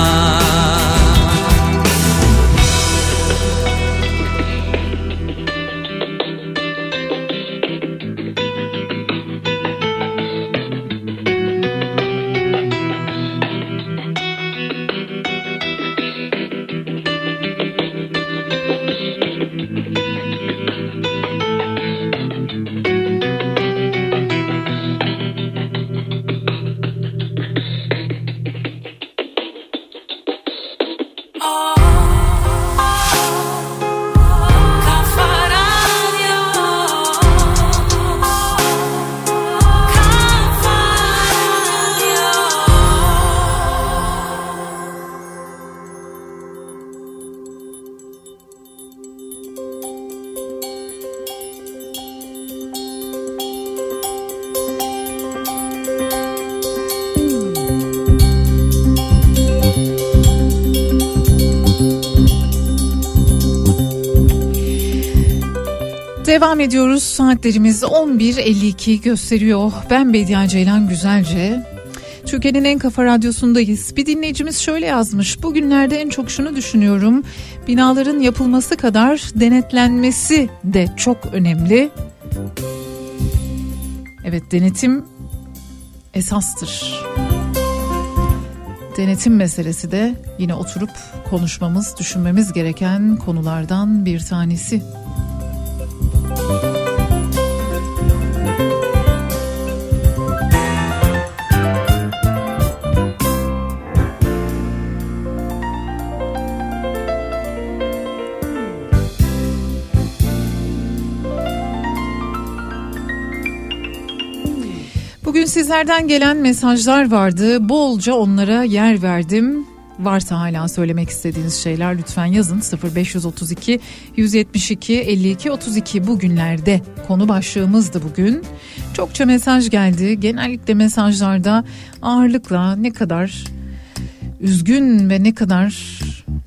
Devam ediyoruz. Saatlerimiz 11.52 gösteriyor. Ben Bediye Ceylan Güzelce. Türkiye'nin en kafa radyosundayız. Bir dinleyicimiz şöyle yazmış. Bugünlerde en çok şunu düşünüyorum. Binaların yapılması kadar denetlenmesi de çok önemli. Evet, denetim esastır. Denetim meselesi de yine oturup konuşmamız, düşünmemiz gereken konulardan bir tanesi. Bugün sizlerden gelen mesajlar vardı. Bolca onlara yer verdim. Varsa hala söylemek istediğiniz şeyler lütfen yazın. 0532 172 52 32 bugünlerde konu başlığımızdı bugün. Çokça mesaj geldi. Genellikle mesajlarda ağırlıkla ne kadar üzgün ve ne kadar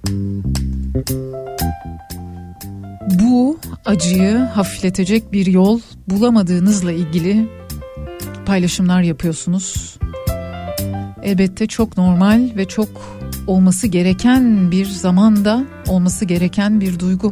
bu acıyı hafifletecek bir yol bulamadığınızla ilgili paylaşımlar yapıyorsunuz. Elbette çok normal ve çok olması gereken bir zamanda olması gereken bir duygu.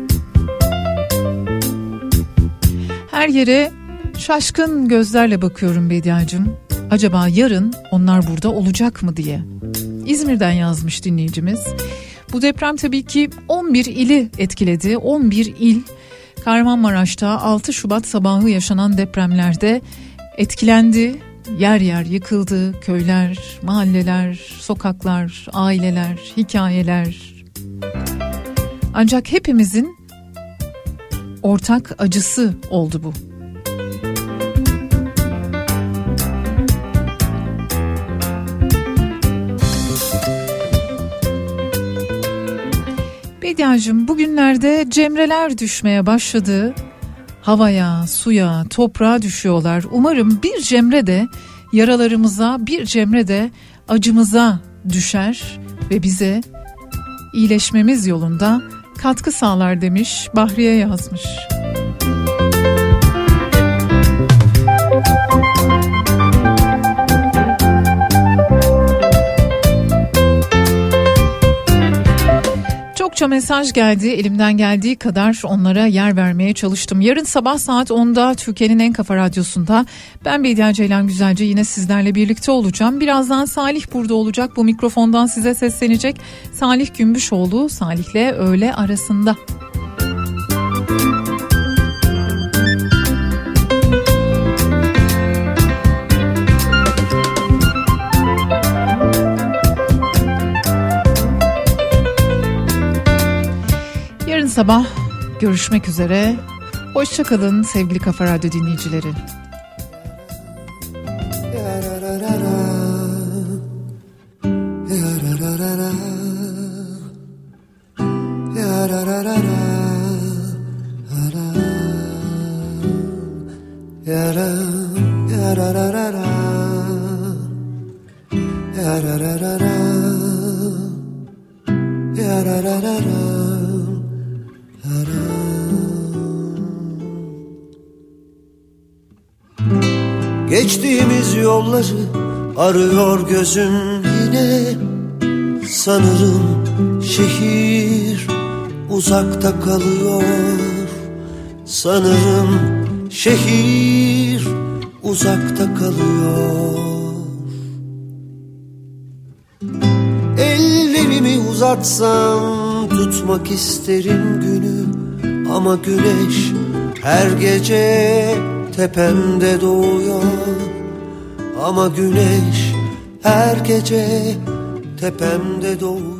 Her yere şaşkın gözlerle bakıyorum Bediacığım. Acaba yarın onlar burada olacak mı diye. İzmir'den yazmış dinleyicimiz. Bu deprem tabii ki 11 ili etkiledi. 11 il Kahramanmaraş'ta 6 Şubat sabahı yaşanan depremlerde etkilendi. Yer yer yıkıldı. Köyler, mahalleler, sokaklar, aileler, hikayeler. Ancak hepimizin ortak acısı oldu bu. Bediacığım, bugünlerde cemreler düşmeye başladı. Havaya, suya, toprağa düşüyorlar. Umarım bir cemre de yaralarımıza, bir cemre de acımıza düşer ve bize iyileşmemiz yolunda katkı sağlar demiş, Bahriye yazmış. Çokça mesaj geldi. Elimden geldiği kadar onlara yer vermeye çalıştım. Yarın sabah saat 10'da Türkiye'nin en kafa radyosunda ben Bediye Ceylan Güzelce yine sizlerle birlikte olacağım. Birazdan Salih burada olacak. Bu mikrofondan size seslenecek. Salih Gümbüşoğlu, Salih'le öğle arasında. Yarın sabah görüşmek üzere. Hoşça kalın sevgili Kafa Radyo dinleyicileri.
Geçtiğimiz yolları arıyor gözüm yine. Sanırım şehir uzakta kalıyor. Sanırım şehir uzakta kalıyor. Ellerimi uzatsam tutmak isterim günü. Ama güneş her gece tepemde doğuyor. Ama güneş her gece tepemde doğuyor.